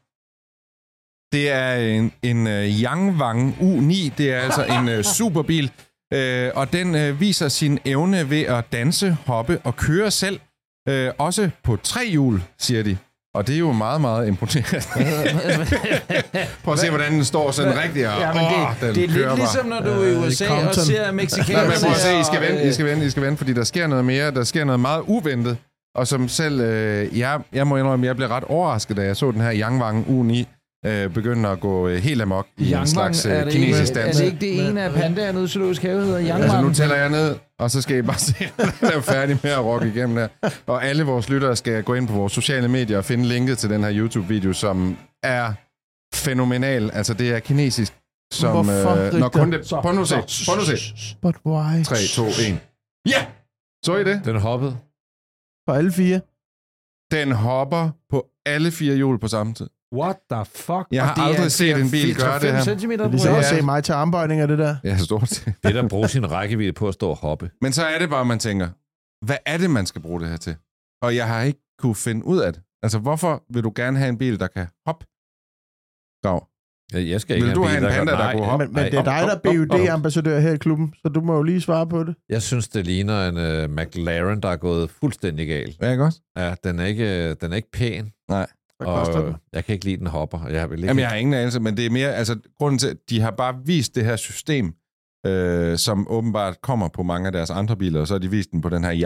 Det er en Yangwang U9. Det er altså en superbil. Og den viser sin evne ved at danse, hoppe og køre selv. Også på 3 hjul, siger de. Og det er jo meget, meget imponerende. Prøv at se, hvordan den står sådan rigtigt. Ja, men det er lidt ligesom, når du er i USA og ser mexikanere. Men prøv at se, I skal vente, fordi der sker noget mere. Der sker noget meget uventet. Og som selv, jeg må indrømme, jeg blev ret overrasket, da jeg så den her Yangwang U9 begynde at gå helt amok i en slags kinesisk dans. Er det ikke det ene af pandaerne ude i Zoologisk Have, hedder Yangwang? Altså, nu tæller jeg ned, og så skal I bare se, at den er færdig med at rocke igennem der. Og alle vores lyttere skal gå ind på vores sociale medier og finde linket til den her YouTube-video, som er fænomenal. Altså, det er kinesisk som... Hvorfor, Når kun det... Prøv nu at se. But why? 3, 2, 1. Ja! Så I det? Den hoppede. For alle 4. Den hopper på alle 4 hjul på samme tid. What the fuck? Jeg har aldrig set en bil gøre det her. Centimeter, Det er ligesom at se mig til armbøjning af det der. Ja, stort set. Det der bruger sin rækkevidde på at stå og hoppe. Men så er det bare, man tænker, hvad er det, man skal bruge det her til? Og jeg har ikke kunne finde ud af det. Altså, hvorfor vil du gerne have en bil, der kan hoppe? Grav. Jeg skal ikke Vil du have en Panda, der kunne hoppe? Men det er dig, der er BUD-ambassadør her i klubben, så du må jo lige svare på det. Jeg synes, det ligner en McLaren, der er gået fuldstændig galt. Ja, ikke også? Ja, den er ikke pæn. Nej. Og jeg kan ikke lide, den hopper. Jeg har ingen anelse, men det er mere, altså grunden til, at de har bare vist det her system, som åbenbart kommer på mange af deres andre biler, og så har de vist den på den her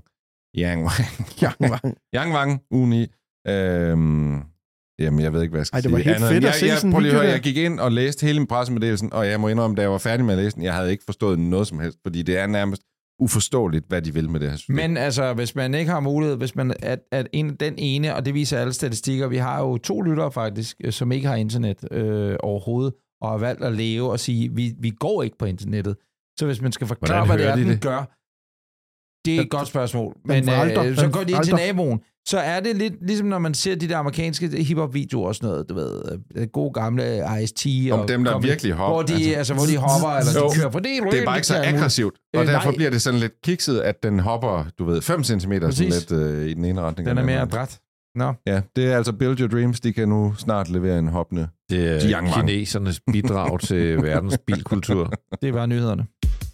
Yangwang Uni. Jamen, jeg ved ikke, hvad jeg skal sige. Det var helt fedt at se sådan en video. Jeg gik ind og læste hele pressemeddelelsen, og jeg må indrømme, da jeg var færdig med at læse den, jeg havde ikke forstået noget som helst, fordi det er nærmest uforståeligt, hvad de vil med det her system. Men altså, hvis man ikke har mulighed, hvis man den ene, og det viser alle statistikker, vi har jo 2 lyttere faktisk, som ikke har internet overhovedet, og har valgt at leve og sige, vi går ikke på internettet. Så hvis man skal forklare, hvad det er, den gør, det er et godt spørgsmål. Men så går de ind til naboen. Så er det lidt ligesom, når man ser de der amerikanske hip-hop-videoer og sådan noget, du ved, gode gamle Ice-T. Om dem, der virkelig hopper. Hvor de hopper, eller de kører for det. Det er bare ikke så aggressivt, og derfor bliver det sådan lidt kikset, at den hopper, du ved, 5 cm sådan lidt i den ene retning. Den er mere dræt. Nå. Ja, det er altså Build Your Dreams, de kan nu snart levere en hoppende. Det er kinesernes bidrag til verdens bilkultur. Det var nyhederne.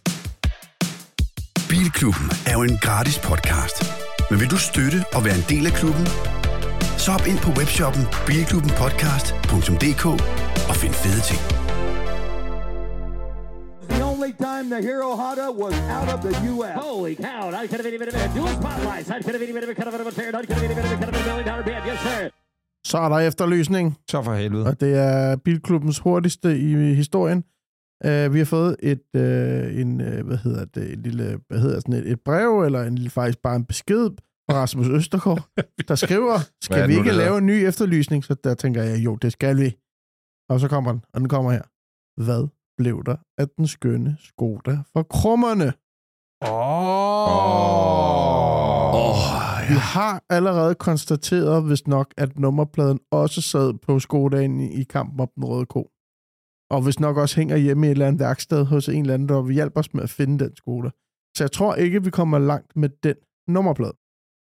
Bilklubben er jo en gratis podcast. Men vil du støtte og være en del af klubben? Så hop ind på webshoppen bilklubbenpodcast.dk og find fede ting. The only time the Hero Honda was out of the U.S. Holy cow, I could have been a dual spotlights. I could have been a cut of a tear. I could have been a cut of $1 million bid. Yes, sir. Så er der efterlysning. Så for helvede. Og det er Bilklubbens hurtigste i historien. Vi har fået et brev, eller faktisk bare en besked fra Rasmus Østergaard, der skriver, skal vi ikke lave en ny efterlysning? Så der tænker jeg, jo, det skal vi. Og så kommer den, og den kommer her. Hvad blev der af den skønne Skoda for krummerne? Vi har allerede konstateret, hvis nok, at nummerpladen også sad på Skodaen i kampen om den røde ko. Og hvis nok også hænger hjemme i et eller andet værksted hos en eller anden, der vil hjælpe os med at finde den Skoda. Så jeg tror ikke, vi kommer langt med den nummerplade.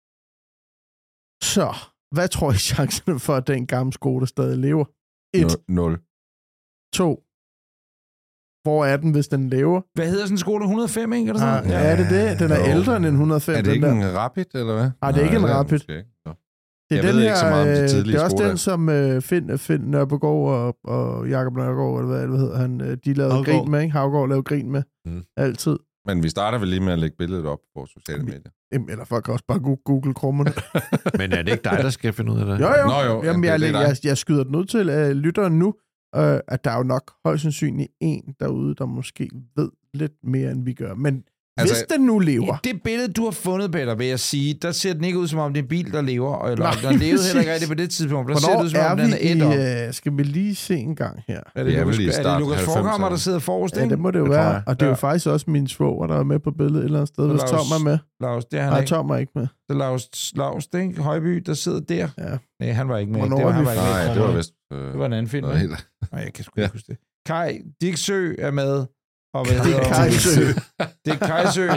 Så, hvad tror I chancerne for, at den gamle Skoda stadig lever? 1. 0. 2. Hvor er den, hvis den lever? Hvad hedder sådan en Skoda? 105, ikke? Eller sådan? Ja, er det det? Den er ældre end en 105. Er det ikke en Rapid, eller hvad? Nej, det er ikke en Rapid. Det er den her, ikke så meget om de tidlige det er også Skoda. den, som Finn Nørbegaard og Jakob Nørgaard, eller hvad hedder han, de lavede grin med, ikke? Havgaard lavede grin med. Altid. Men vi starter vel lige med at lægge billedet op på sociale medier. Eller folk kan også bare google krummerne. Men er det ikke dig, der skal finde ud af det? Jo. Nå, Jamen, jeg skyder den ud til lytteren nu, at der er jo nok højst sandsynligt en derude, der måske ved lidt mere, end vi gør. Men hvis den nu lever... Det billede, du har fundet, Peter, vil jeg sige, der ser den ikke ud, som om det er en bil, der lever. Eller den levede heller ikke rigtigt på det tidspunkt. Der ser det ud, som om den er et skal vi lige se en gang her? Er det Lukas Forhammer, der sidder forrest, ikke? Ja, det må det jo være. Og det er jo faktisk også min svoger, der er med på billedet et eller andet sted, hvis Tom er med. Laus, det er han ikke. Nej, Tom er ikke med. Det er Laus, ikke? Højby, der sidder der. Ja. Nej, han var ikke med. Hvornår det var vist... Det var en anden film. Nej, jeg kan sgu ikke huske det. Kai Diksø er med. Og det er Kajsø. Det er Kajsø.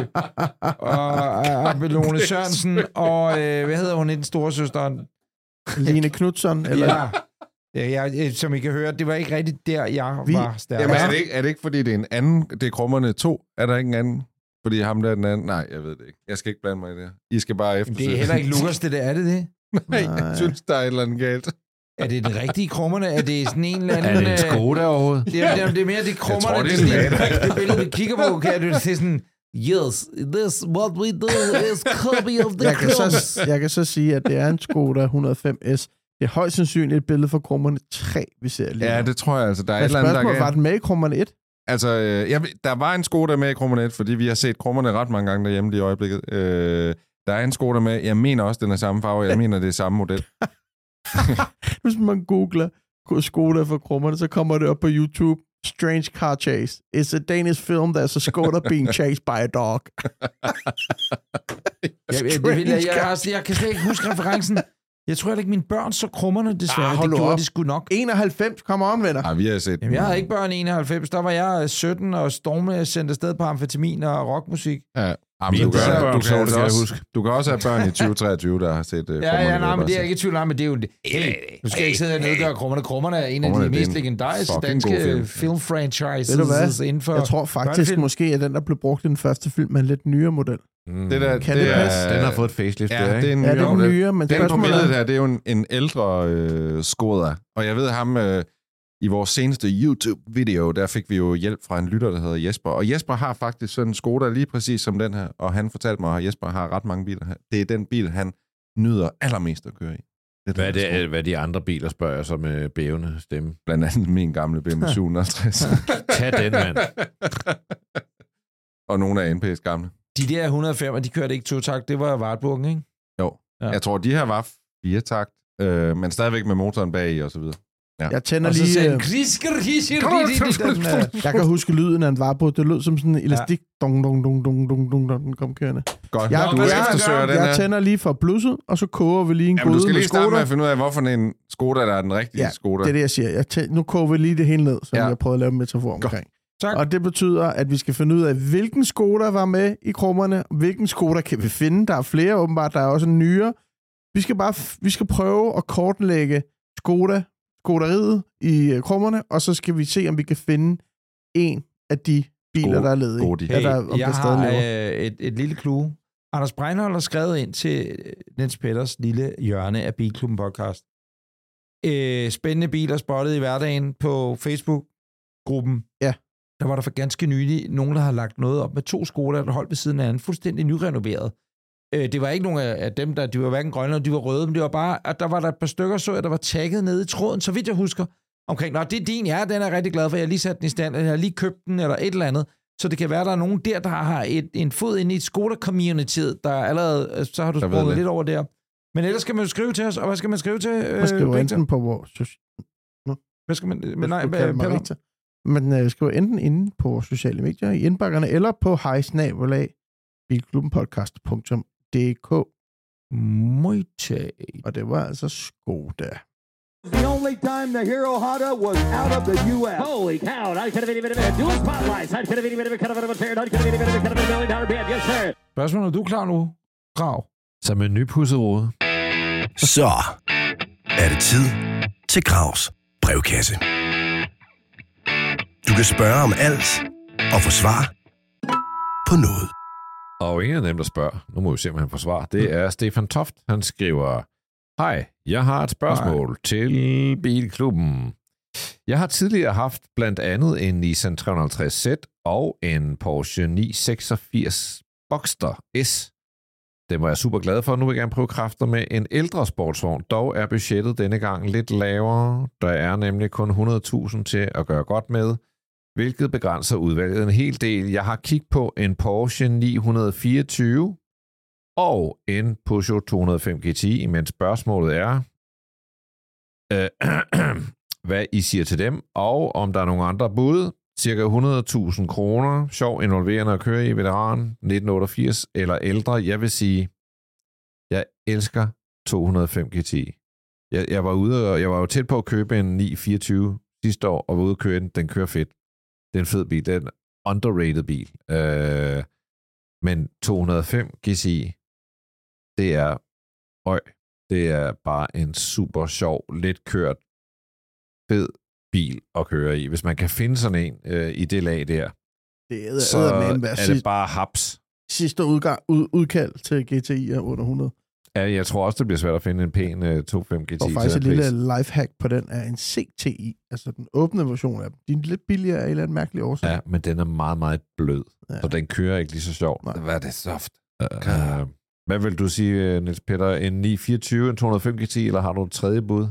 Og Abelone Sørensen. Og hvad hedder hun, den store søsteren? Line Knudsen. Eller? Ja, som I kan høre, det var ikke rigtigt der, jeg var stærk. Jamen, er det ikke, fordi det er en anden... Det er krummerne 2? Er der ikke en anden? Fordi ham der er den anden... Nej, jeg ved det ikke. Jeg skal ikke blande mig i det. I skal bare eftersøge. Det er heller ikke Lukas, det er det? Nej, jeg synes, der er et eller andet galt. Er det den rigtige krummerne? Er det sådan en eller anden... Er det en Skoda overhovedet? Det er mere de krummerne. Jeg tror, det er det billede, vi kigger på, kan du se sådan... Yes, this what we do is copy of the jeg kan så sige, at det er en Skoda 105S. Det er højst sandsynligt et billede fra krummerne 3, vi ser lige. Ja, det tror jeg altså. Der er et eller andet, der var den med i krummerne 1? Altså, der var en Skoda med i krummerne 1, fordi vi har set krummerne ret mange gange derhjemme i øjeblikket. Der er en Skoda med. Jeg mener også, den er samme farve. Jeg mener, det er samme model. Hvis man googler Skoda for krummerne, så kommer det op på YouTube. Strange Car Chase. It's a Danish film that's a Skoda being chased by a dog. Jeg kan slet ikke huske referencen. Jeg tror ikke, mine børn så krummerne, desværre. Det gjorde de sgu nok. 91, come on, venner. Ja, vi har set. Jamen, jeg havde ikke børn i 91. Der var jeg 17 og Storme sendt afsted på amfetamin og rockmusik. Ja. Jamen, du kan også have børn i 2023, der har set... nej, men det er jeg ikke i tvivl om, men det er jo... Hey, nu skal jeg ikke sidde og nedgøre krummerne. Krummerne er en af de mest legendariske danske filmfranchises inden for... Jeg tror faktisk måske, at den, der blev brugt i den første film, er en lidt nyere model. Det passe? Den har fået et facelift. Ja, det er en nyere model. Men den på billedet her, det er jo en ældre Skoda. Og jeg ved ham... I vores seneste YouTube-video, der fik vi jo hjælp fra en lytter, der hedder Jesper. Og Jesper har faktisk sådan en Skoda lige præcis som den her. Og han fortalte mig, at Jesper har ret mange biler her. Det er den bil, han nyder allermest at køre i. Hvad de andre biler, spørger jeg så med bævende stemme? Blandt andet min gamle BMW 760. Tag den, mand. Og nogle af NP's gamle. De der 105, de kørte ikke 2-takt. Det var Wartburgen, ikke? Jo. Ja. Jeg tror, de her var 4-takt. Men stadigvæk med motoren bag i og så videre. Ja. Jeg tænder lige... Jeg kan huske lyden af en Warburg. Det lød som sådan en elastik. Dong, dong, dong, dong, dong, dong, dong, den kom kørende. Godt. Jeg tænder lige for blusset, og så koger vi lige en gode med Skoda. Du skal lige starte med at finde ud af, hvorfor en Skoda, der er den rigtige Skoda. Det er det, jeg siger. Nu koger vi lige det hele ned, som jeg prøvede at lave en metafor omkring. Tak. Og det betyder, at vi skal finde ud af, hvilken Skoda var med i krummerne, hvilken Skoda kan vi finde. Der er flere åbenbart, der er også en nyere. Vi skal prøve at kortlægge Skoderiet i krummerne, og så skal vi se, om vi kan finde en af de biler, der er ledige. Jeg har et lille clue. Anders Breinholt har skrevet ind til Niels Petters lille hjørne af Bilklubben podcast. Spændende biler spottet i hverdagen på Facebook-gruppen. Ja. Der var der for ganske nylig nogen, der har lagt noget op med 2 Skoda, der holdt ved siden af anden, fuldstændig nyrenoveret. Det var ikke nogen af dem, de var hverken grønne, og de var røde, men det var bare, at der var der et par stykker, der var tagget nede i tråden, så vidt jeg husker, omkring, det er din, den er rigtig glad for, jeg har lige sat den i stand, jeg har lige købt den, eller et eller andet, så det kan være, der er nogen der har en fod inde i et Skoda-communityet, der allerede, så har du sprunget lidt over der. Men ellers skal man jo skrive til os, og hvad skal man skrive til? Man skriver enten på vores... Hvad skal man... Man skriver enten inde på vores sociale medier, i indbakkerne, eller på bilklubbenpodcast.dk. Og det var altså Skoda. The only time the Hero Honda was out of the U.S. Holy cow! I could have even dual spotlights. I could have even cut of a tear. I could have even cut of $1 million bid. Yes, sir. Spørgsmålet, er du klar nu, Grav? Som en nypudset rode. Så er det tid til Gravs brevkasse. Du kan spørge om alt og få svar på noget. Og en af dem, der spørger, nu må vi se, om han får svar, det er Stefan Toft. Han skriver, hej, jeg har et spørgsmål til Bilklubben. Jeg har tidligere haft blandt andet en Nissan 350Z og en Porsche 986 Boxster S. Den var jeg super glad for, og nu vil jeg gerne prøve kræfter med en ældre sportsvogn. Dog er budgettet denne gang lidt lavere. Der er nemlig kun 100.000 til at gøre godt med, hvilket begrænser udvalget en hel del. Jeg har kigget på en Porsche 924 og en Peugeot 205 GTI, men spørgsmålet er, hvad I siger til dem, og om der er nogle andre bud. Cirka 100.000 kroner, sjov involverende at køre i veteran, 1988 eller ældre. Jeg vil sige, jeg elsker 205 GTI. Jeg var jo tæt på at købe en 924 sidste år, og var ude at køre den. Den kører fedt. Det er en fed bil. Det er en underrated bil. Men 205 GTI, det er det er bare en super sjov, let kørt, fed bil at køre i. Hvis man kan finde sådan en i det lag der, så er det bare haps. Sidste udkald til GTI er under 100. Ja, jeg tror også, det bliver svært at finde en pæn 2.5 GTI. Og faktisk et lille lifehack på den er en CTI, altså den åbne version af dem. De er lidt billigere af en eller anden mærkelig årsag. Ja, men den er meget, meget blød, så den kører ikke lige så sjovt. Hvad er det soft? Hvad vil du sige, Niels Petter? En 924, en 205 GTI, eller har du et tredje bud?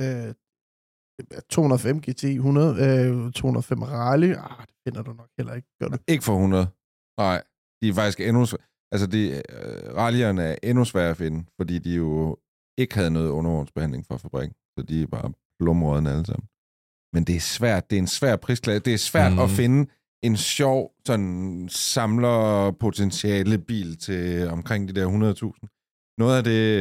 205 GTI, 100, 205 Rally. Det finder du nok heller ikke. Gør du? Ikke for 100. Nej, de er faktisk endnu... Altså, rallyerne er endnu sværere at finde, fordi de jo ikke havde noget undervognsbehandling fra fabrikken. Så de er bare plumrådende alle sammen. Men det er svært. Det er en svær prisklasse. Det er svært at finde en sjov sådan samlerpotentiale bil til omkring de der 100.000. Noget af det,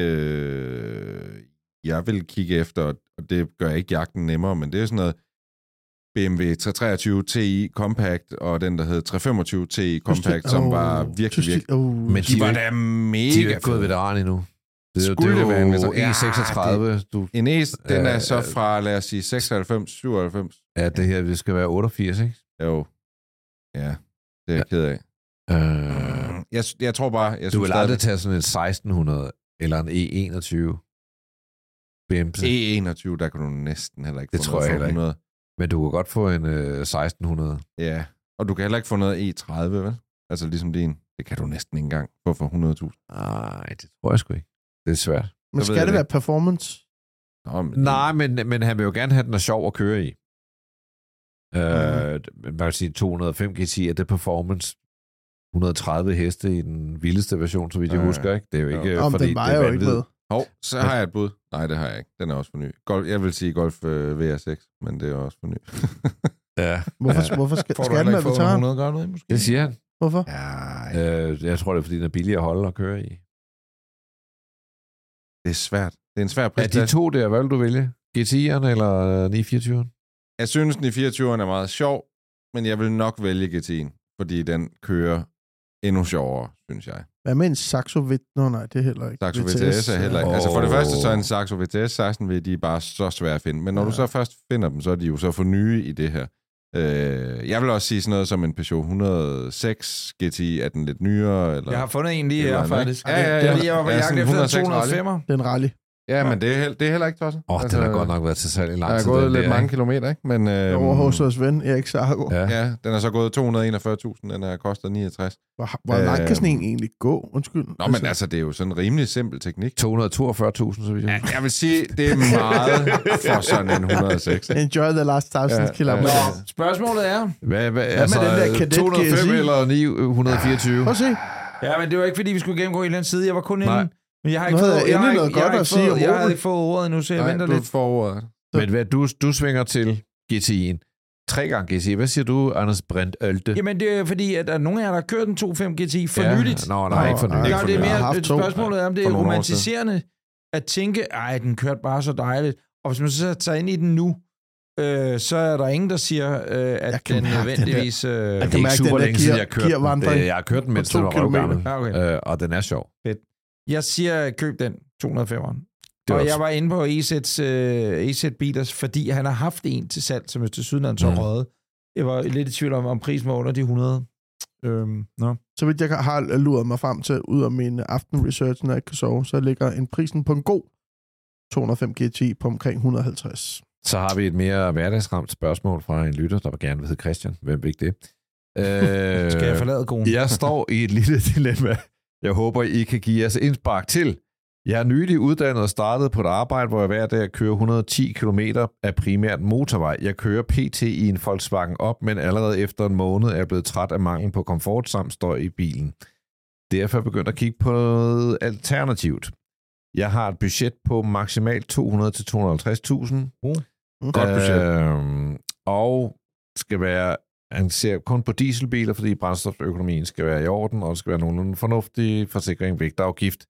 jeg vil kigge efter, og det gør ikke jagten nemmere, men det er sådan noget BMW 323 Ti Compact, og den, der hed 325 Ti Compact, som var virkelig... Men de var da mega de er ikke gået veteran endnu. Skulle det være en E36. En den er så fra, lad os sige, 96, 97. Ja, det her, det skal være 88, ikke? Jo. Ja, det er jeg ked af. Jeg tror bare... Du vil aldrig tage sådan en 1600 eller en E21. BMW. E21, der kan du næsten heller ikke det få tror noget jeg heller ikke. 100. Men du kan godt få en 1600. Ja, og du kan heller ikke få noget E30, vel? Altså ligesom din. Det kan du næsten ikke engang få for 100.000. Nej, det tror jeg sgu ikke. Det er svært. Men skal det være performance? Nå, nej, men han vil jo gerne have, den er sjov at køre i. Man kan sige 205 GTI, er det performance. 130 heste i den vildeste version, så vidt jeg husker, ikke? Det er jo ikke, fordi den vejer jo ikke med. Så har jeg et bud. Nej, det har jeg ikke. Den er også for ny. Jeg vil sige Golf VR6, men det er også for ny. Ja. Hvorfor skal den være veteran? Det siger han. Hvorfor? Ja, jeg tror, det er, fordi den er billig at holde og køre i. Det er svært. Det er en svær pris. Er de to der, hvad vil du vælge? GTI'eren eller 924'eren? Jeg synes, 924'eren er meget sjov, men jeg vil nok vælge GTI'en, fordi den kører endnu sjovere, synes jeg. Hvad med en Saxo VTS? Nej, det er heller ikke. Saxo VTS er heller ikke. Altså for det første, så er en Saxo VTS 16 de er bare så svære at finde. Men når du så først finder dem, så er de jo så for nye i det her. Jeg vil også sige sådan noget som en Peugeot 106 GTI. Er den lidt nyere? Eller? Jeg har fundet en lige her, faktisk. Ja. Jeg var på jagt efter en 205'er. Den rally. Ja, men det er heller ikke tosset. Den har godt nok været til salg i lang tid. Den er gået lidt mange kilometer, ikke? Men, over hos vores ven, Erik Sargo. Ja, den er så gået 241.000, den er kostet 69. Hvor langt kan sådan en egentlig gå? Undskyld. Nå, men altså, det er jo sådan en rimelig simpel teknik. 242.000, så vidt jeg. Jeg vil sige, det er meget for sådan en 106. Enjoy the last 1000 kilometer. Spørgsmålet er... Hvad altså, med den der Kadett 205 GSI? eller 924? Prøv at se. Ja, men det var ikke, fordi vi skulle gennemgå en eller anden side. Jeg var kun inde... Men jeg har ikke jeg havde ikke fået ordet endnu, så jeg venter lidt. For ordet. Men hvad, du svinger til GTI'en. 3 gange GTI. Hvad siger du, Anders Brent Ølte? Jamen, det er fordi, at der er nogen af jer, der har kørt en 2.5 GTI for nyligt. Nej, ikke for nyligt. Det er mere spørgsmålet om det er romantiserende at tænke, den kørte bare så dejligt. Og hvis man så tager ind i den nu, så er der ingen, der siger, at den nødvendigvis... det er ikke super længe siden, jeg har kørt den. Jeg har kørt den, mens den var røvgammel. Og den er sjov. Fedt. Jeg siger, køb den 205'eren. Og jeg var inde på EZ Bilers, fordi han har haft en til salg, som til Sydland så røget. Jeg var lidt i tvivl om prisen var under de 100. Så vidt jeg har luret mig frem til, ud af min aftenresearch, når jeg kan sove, så ligger en prisen på en god 205 GTI på omkring 150. Så har vi et mere hverdagsramt spørgsmål fra en lytter, der gerne vil hedde Christian. Hvem vil ikke det? Skal jeg forlade konen? Jeg står i et lille dilemma. Jeg håber, I kan give os indspark til. Jeg er nylig uddannet og startet på et arbejde, hvor jeg hver dag kører 110 km af primært motorvej. Jeg kører PT i en Volkswagen op, men allerede efter en måned er jeg blevet træt af manglen på komfort samt støj i bilen. Derfor er jeg begyndt at kigge på noget alternativt. Jeg har et budget på maksimalt 200-250.000. Godt budget. Og skal være... Han ser kun på dieselbiler, fordi brændstoføkonomien skal være i orden, og det skal være nogenlunde fornuftig forsikring, vægtafgift.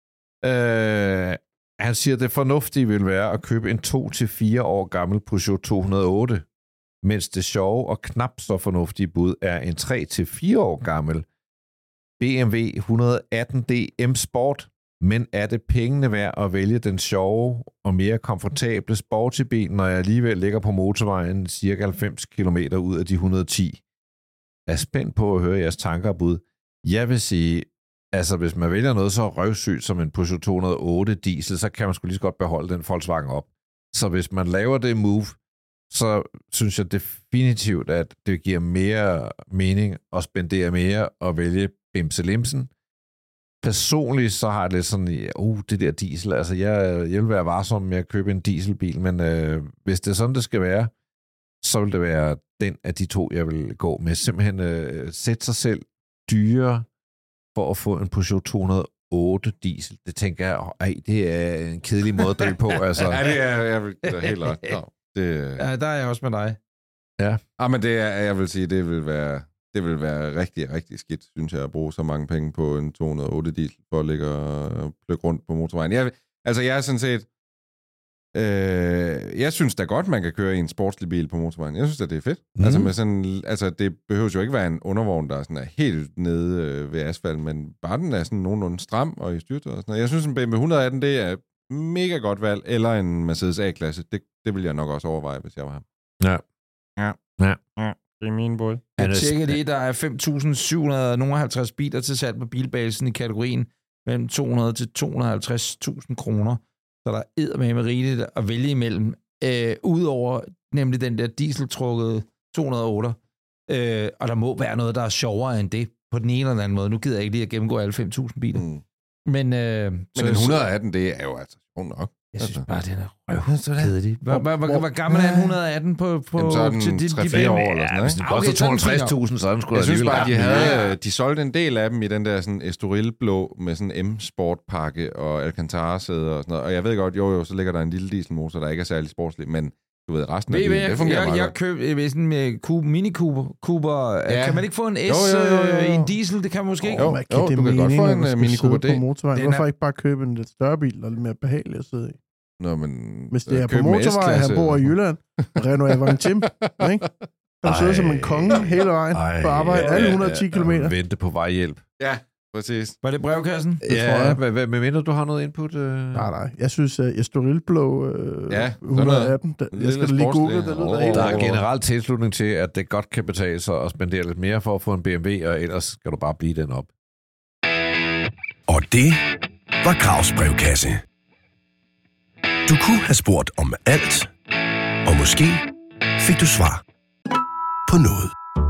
Han siger, at det fornuftige vil være at købe en 2-4 år gammel Peugeot 208, mens det sjove og knap så fornuftige bud er en 3-4 år gammel BMW 118D M Sport. Men er det pengene værd at vælge den sjove og mere komfortable sportsbil, når jeg alligevel ligger på motorvejen cirka 90 km ud af de 110? Jeg er spændt på at høre jeres tanker og bud. Jeg vil sige, altså hvis man vælger noget så røvsygt som en Peugeot 208 diesel, så kan man sgu lige så godt beholde den Volkswagen op. Så hvis man laver det move, så synes jeg definitivt, at det giver mere mening at spendere mere og vælge bimselimsen. Personligt så har jeg lidt sådan, det der diesel, altså jeg vil være varsom med at købe en dieselbil, men hvis det er sådan, det skal være, så vil det være den af de to, jeg vil gå med. Simpelthen sætte sig selv dyre for at få en Peugeot 208 diesel. Det tænker jeg, det er en kedelig måde at drive på. Altså. Ja, det er helt ret. Ja, der er jeg også med dig. Men jeg vil sige, det vil være rigtig, rigtig skidt, synes jeg, at bruge så mange penge på en 208 diesel for at ligge og plukke rundt på motorvejen. Jeg er sådan set... jeg synes da godt, man kan køre i en sportslig bil på motorvejen. Jeg synes da, det er fedt. Det behøver jo ikke være en undervogn, der sådan er helt nede ved asfalt, men bare den er sådan nogenlunde stram og i styrtet og sådan noget. Jeg synes, en BMW 118, det er mega godt valg, eller en Mercedes A-klasse. Det vil jeg nok også overveje, hvis jeg var ham. Ja. Det er min bud. Jeg tjekker lige, der er 5.750 biler til salg på bilbasen i kategorien mellem 200 til 250.000 kroner. Så der er eddermame rigeligt at vælge imellem. Udover nemlig den der dieseltrukkede 208. Og der må være noget, der er sjovere end det på den ene eller anden måde. Nu gider jeg ikke lige at gennemgå alle 5.000 biler. Men den 118, det er jo altså nok. Jeg synes bare, den er røvkedelig. Hvor gammel er en 118 på jamen, så er den 3-4 år eller sådan noget. Hvis den koster 250.000, så er den sgu da alligevel. Jeg synes bare, de solgte en del af dem i den der sådan Estoril-blå med sådan en M-Sport-pakke og Alcantara-sæder og sådan noget. Og jeg ved godt, jo, så ligger der en lille dieselmotor, der ikke er særlig sportslig, men du ved, resten af det fungerer meget godt. Jeg købte sådan med Mini Cooper. Ja. Kan man ikke få en S i en diesel? Det kan man måske ikke. Jo, du kan godt få en Mini Cooper D. Hvorfor ikke bare købe en lidt større bil, der er lidt mere behagelig at sidde i? Nå, men... Hvis det er på motorvej, han bor i Jylland, Renault Avantime, ikke? Han sidder som en konge hele vejen på arbejde, alle 110 kilometer. Vente på vejhjælp. Ja, præcis. Var det brevkassen? Ja, med mindre du har noget input? Nej. Jeg synes, at Estorilblå 118, jeg skal lige google det. Der er generelt tilslutning til, at det godt kan betale sig at spendere lidt mere for at få en BMW, og ellers skal du bare blive den op. Og det var Gravs brevkasse. Du kunne have spurgt om alt, og måske fik du svar på noget.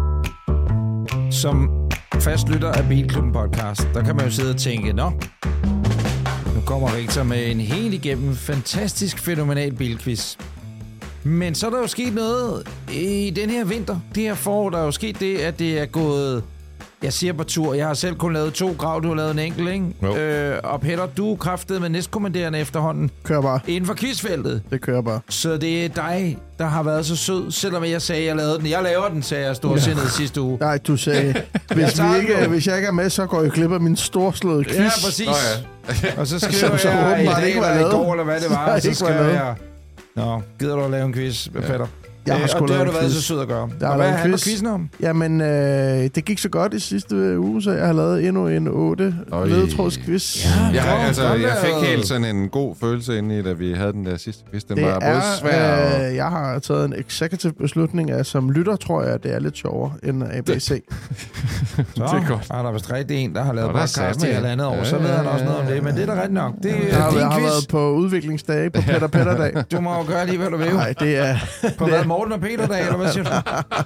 Som fast lytter af Bilklubben podcast, der kan man jo sidde og tænke, nu kommer Richter med en helt igennem fantastisk fænomenal bilquiz. Men så er der jo sket noget i den her vinter. Det her forår, der er jo sket det, at det er gået... Jeg siger på tur. Jeg har selv kun lavet 2 grav, du har lavet en enkelt, ikke? Og Peter, du er kraftet med næstkommanderende efterhånden. Kører bare. Inden for quizfeltet. Det kører bare. Så det er dig, der har været så sød, selvom jeg sagde, at jeg lavede den. Jeg laver den, sagde jeg storsindet sidste uge. Nej, du sagde, hvis jeg ikke er med, så går jeg glip af min storslåede quiz. Ja, præcis. Og så skriver jeg i dag, eller i går, eller hvad det var, og så skriver jeg... Nå, gider du at lave en quiz, Peter? Jeg har og det har du været så sød at gøre. Og hvad handler quizzen om? Jamen, det gik så godt i sidste uge, så jeg har lavet endnu en 8 ledetrådsquiz. Jeg fik helt sådan en god følelse inde i, da vi havde den der sidste quiz. Den var både svær og... Jeg har taget en executive beslutning af, som lytter, tror jeg, det er lidt sjovere end ABC. Så er godt. Der er vist rigtig en, der har lavet podcast i et andet år, så ved han også noget om det, men det er da ret nok. Jeg har været på udviklingsdage, på Peter-dag. Du må jo gøre lige, hvad du vil. Nej, det er... På hvad, Morten og Peter-dag, eller hvad siger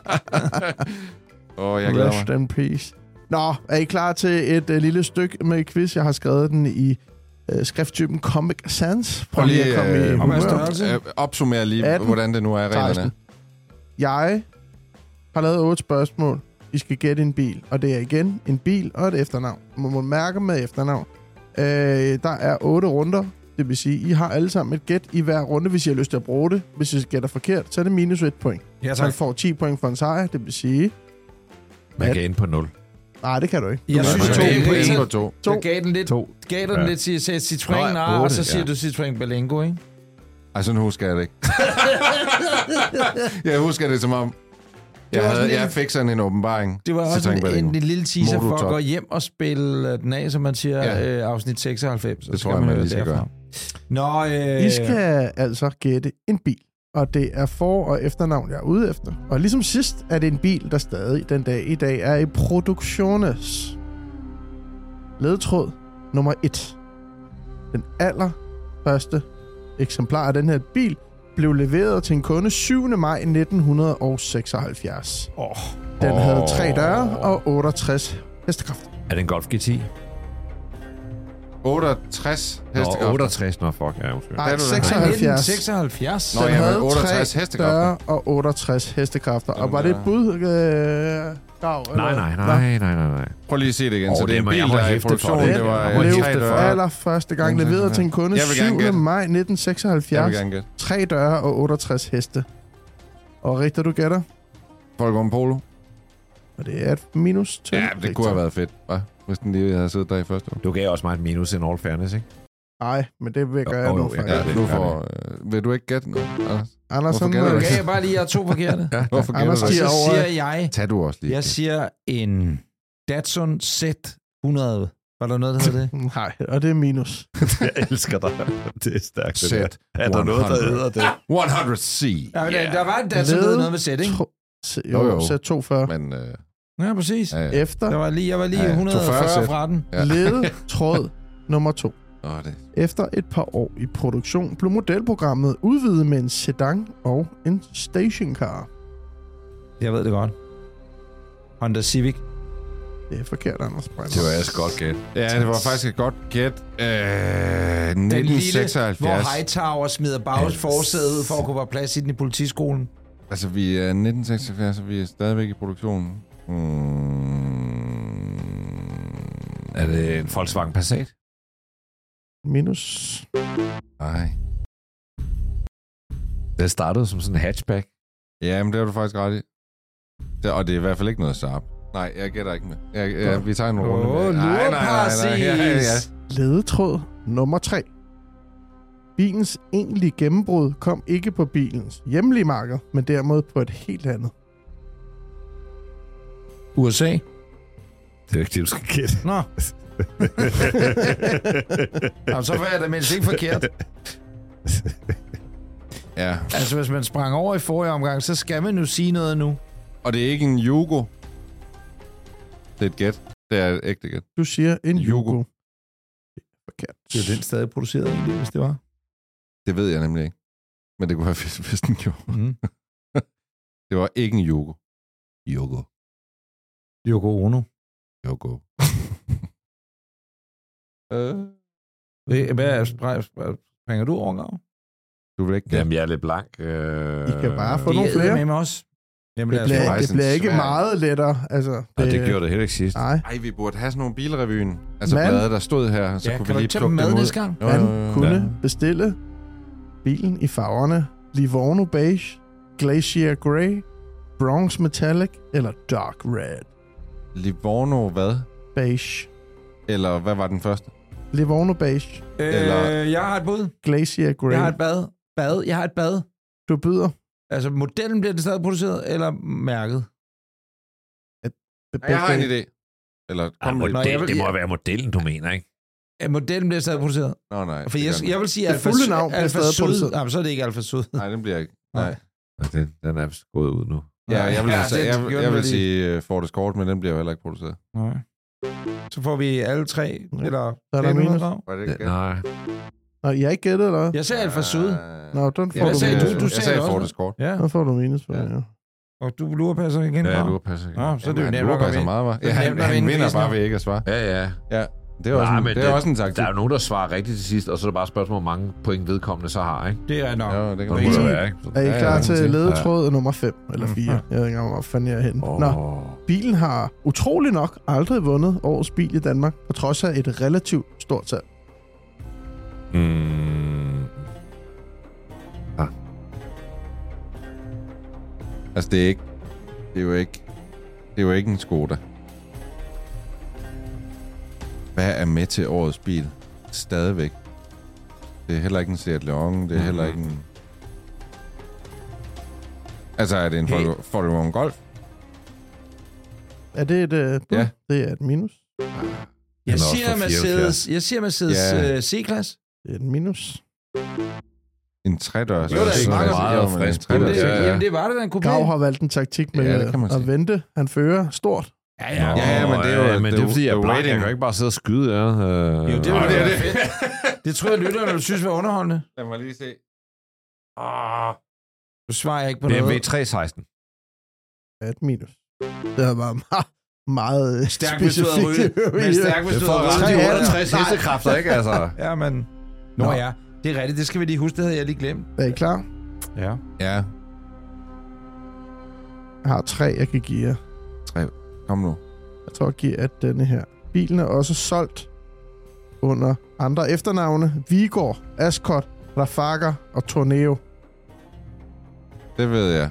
du? Jeg glæder mig. Rest in peace. Nå, er I klar til et lille stykke med quiz? Jeg har skrevet den i skrifttypen Comic Sans. Prøv lige at komme opsummere lige, 18, hvordan det nu er reglerne. 16. Jeg har lavet 8 spørgsmål. I skal gætte en bil, og det er igen en bil og et efternavn. Man må mærke med efternavn. Der er 8 runder. Det vil sige, I har alle sammen et gæt i hver runde, hvis I har lyst til at bruge det. Hvis I gætter forkert, så er det minus 1 point. Ja, så man får 10 point for en sejr, det vil sige... Man kan ind på 0. Nej, det kan du ikke. Jeg synes, du er Jeg gav den lidt, Citroën, og så siger du Citroën Berlingo, ikke? Ej, sådan husker jeg det ikke. Jeg husker det som om... Jeg fik sådan en åbenbaring. Det var også en lille teaser for at gå hjem og spille den af, som man siger, afsnit 96. Det tror jeg, man lige skal gøre. I skal altså gætte en bil, og det er for- og efternavn, jeg er ude efter. Og ligesom sidst er det en bil, der stadig den dag i dag er i produktiones. Ledetråd nummer 1. Den allerførste eksemplar af den her bil blev leveret til en kunde 7. maj 1976. Den havde 3 døre og 68 hestekræfter. Er det en Golf GT? 68 hestekræfter. 68, fuck, ja, måske. Nej, du 76. 76. Nå, Den ja, havde 68 3 hestekræfter. døre og 68 hestekræfter. Og var det et bud, Gav? Nej. Prøv lige at se det igen. Så Åh, det er en det må- bil, jeg må der er i hæfte for produktion. det. Det var Jeg må Blev hæfte tre for døre. allerførste gang leveret til en kunde Jeg vil gerne 7. gætte. maj Jeg 1976. vil gerne gætte. 3 døre og 68 heste. Og Richter, du gætter? Volkswagen Polo. Og det er et minus til Ja, det Richter. kunne have været fedt, hva? Hvis den lige havde siddet der i første år. Du gav også mig et minus in all fairness, ikke? Nej, men det vil gøre Jo, nu jo, faktisk. Ja, det nu gør får... vil du ikke gætte noget, Anders? Anders, Hvorfor han, gætter du Okay, jeg bare lige, jeg har 2 forkerte. Hvorfor gætter Anders du Og ikke? giver så over- siger jeg, Tag du også lige. jeg siger en Datsun Z100. Var der noget, der hed det? nej, og det er minus. Jeg elsker dig. Det er stærkt. Set Er der noget, der 100. hedder det? 100C. Ja, men der var en Datsun, der hed noget med Z, ikke? Jo. Z240. Men Ja, præcis. ja. Efter Jeg var lige Ja, 140 240 fra den. Ja. ledetråd nummer 2. Det. Efter et par år i produktion blev modelprogrammet udvidet med en sedan og en stationcar. Jeg ved det godt. Honda Civic. Det er forkert, Anders Breinholt. Det var jeg godt gæt. Ja, det var faktisk et godt gæt. Den lille, 1976. hvor Hightower smider forsædet ud for at kunne være plads i den i politiskolen. Altså, vi er 1976, og vi er stadigvæk i produktionen. Er det en Volkswagen Passat? Minus. Nej. Det startede som sådan en hatchback. Ja, men det har du faktisk ret i. Og det er i hvert fald ikke noget Saab. Nej, jeg gætter ikke med. Vi tager en runde med. lurepræcis. Ja. Ledetråd nummer 3. Bilens egentlige gennembrud kom ikke på bilens hjemlige marked, men derimod på et helt andet. USA. Det er ikke det, du skal gætte. Nå. Jamen, så var jeg da mindst ikke forkert. Ja, Altså, hvis man sprang over i forrige omgang, så skal man nu sige noget nu. og det er ikke en Yugo. Det er et gæt. Det er et ægte gæt. Du siger en Yugo. Yugo. Forkert. Det er den stadig produceret egentlig, hvis det var. Det ved jeg nemlig ikke. Men det kunne være fedt, hvis den gjorde. Mm. Det var ikke en Yugo. Yugo. Yoko Ono. Yugo. Hvad springer du over, Gav? Du vil ikke gætte. Jamen, jeg er lidt blank. I kan bare få Vi nogle er flere. med mig også. Jamen, Det bliver, faktisk det bliver en ikke svær- meget lettere. Altså, Og det gjorde det heller ikke sidst. Nej. Ej, vi burde have sådan nogle bilrevyen. Altså Men- blade, der stod her, så Ja, kunne kan vi du lige ikke tage plukke dem dem med ud. næste gang? Man kunne bestille bilen i farverne Livorno Beige, Glacier Grey, Bronze Metallic eller Dark Red. Livorno hvad? Beige. Eller hvad var den første? Livorno Beige, Eller- Jeg har et bud. Glacier Grey. Jeg har et bad. Jeg har et bad. Du byder. Altså, modellen bliver det stadig produceret, eller mærket? Jeg har en idé. Eller kom Nå, med. jeg vil- Det må være modellen, du mener, ikke? Modellen bliver stadig produceret. Nå, nej. For det gør den. jeg vil sige, Det Alfa, fulde navn bliver Alfa stadig Syd. produceret. Jamen, så er det ikke Alfa Syd. Nej, den bliver ikke. Nej. Den er vist gået ud nu. Ja, jeg vil, Ja, altså, det jeg, gjorde jeg den vil lige. sige Ford Escort, men den bliver jo heller ikke produceret. Nej. Så får vi alle 3, eller Så er der minus. Grav. Var det ikke Nej. Nå, jeg har ikke gættet, eller hvad? Jeg sagde Alfa Syd. Nå, den får Hvad du sagde minus. du? Du jeg sagde sagde det Ford også. Escort. Ja, Den får du minus for, Ja. ja. og du lurepasser igen. Ja, Grav. du passer ikke. Ja, så er det jo Jamen, nemt du nok at passer vinde. meget, var. Det er Ja, nemt at han vinde vinder quizzen bare nu. ved ikke at svare. Ja. Ja, det er også, Nej, en, men det er også en taktik. Der er jo nogen, der svarer rigtigt til sidst, og så er det bare et spørgsmål, hvor mange point vedkommende så har, ikke? Det er nok. Ja, det kan Så man må sige. det være, ikke? Er I Ja, klar ja, til det kan man ledetråd nummer 5 eller 4? Jeg ved ikke engang, hvor fanden jeg er henne. Nå, Åh. bilen har utrolig nok aldrig vundet årets bil i Danmark, på trods af et relativt stort salg. Altså, det er jo ikke en Skoda. Hvad er med til årets bil? Stadigvæk. Det er heller ikke en Seat Leon. Det er heller ikke en... Altså, er det en Volkswagen Golf? Er det et bud? Ja. Det er et minus. Jeg Den er også siger fra Mercedes Ja. C-klasse. Det er et minus. En tredørs. Jo, der er Så meget frisk. Jamen, tredørs. jamen, det var det, den kunne Grav blive. har valgt en taktik med Ja, det kan man at sige. vente. Han fører stort. Ja, Ja, men det er jo... men det er fordi, jeg er the blank. waiting. Jeg kan ikke bare sidde og skyde, ja. Jo, det Nå, var det er det. fedt. Det tror jeg, lytterne vil synes var underholdende. Lad mig lige se. Du svarer ikke på BMW noget. 316. Det er et minus. Det har været meget, meget Stærk bestået ryge. Men stærk bestået ryge. Det er 160 hestekræfter, ikke? Altså. Ja, men... Nå ja, det er rigtigt. Det skal vi lige huske. Det havde jeg lige glemt. Er I klar? Ja. Ja, Jeg har 3, jeg kan give jer. 3. Kom nu. Jeg tror, jeg giver at denne her. Bilen er også solgt under andre efternavne. Vigor, Ascot, Rafaga og Torneo. Det ved jeg.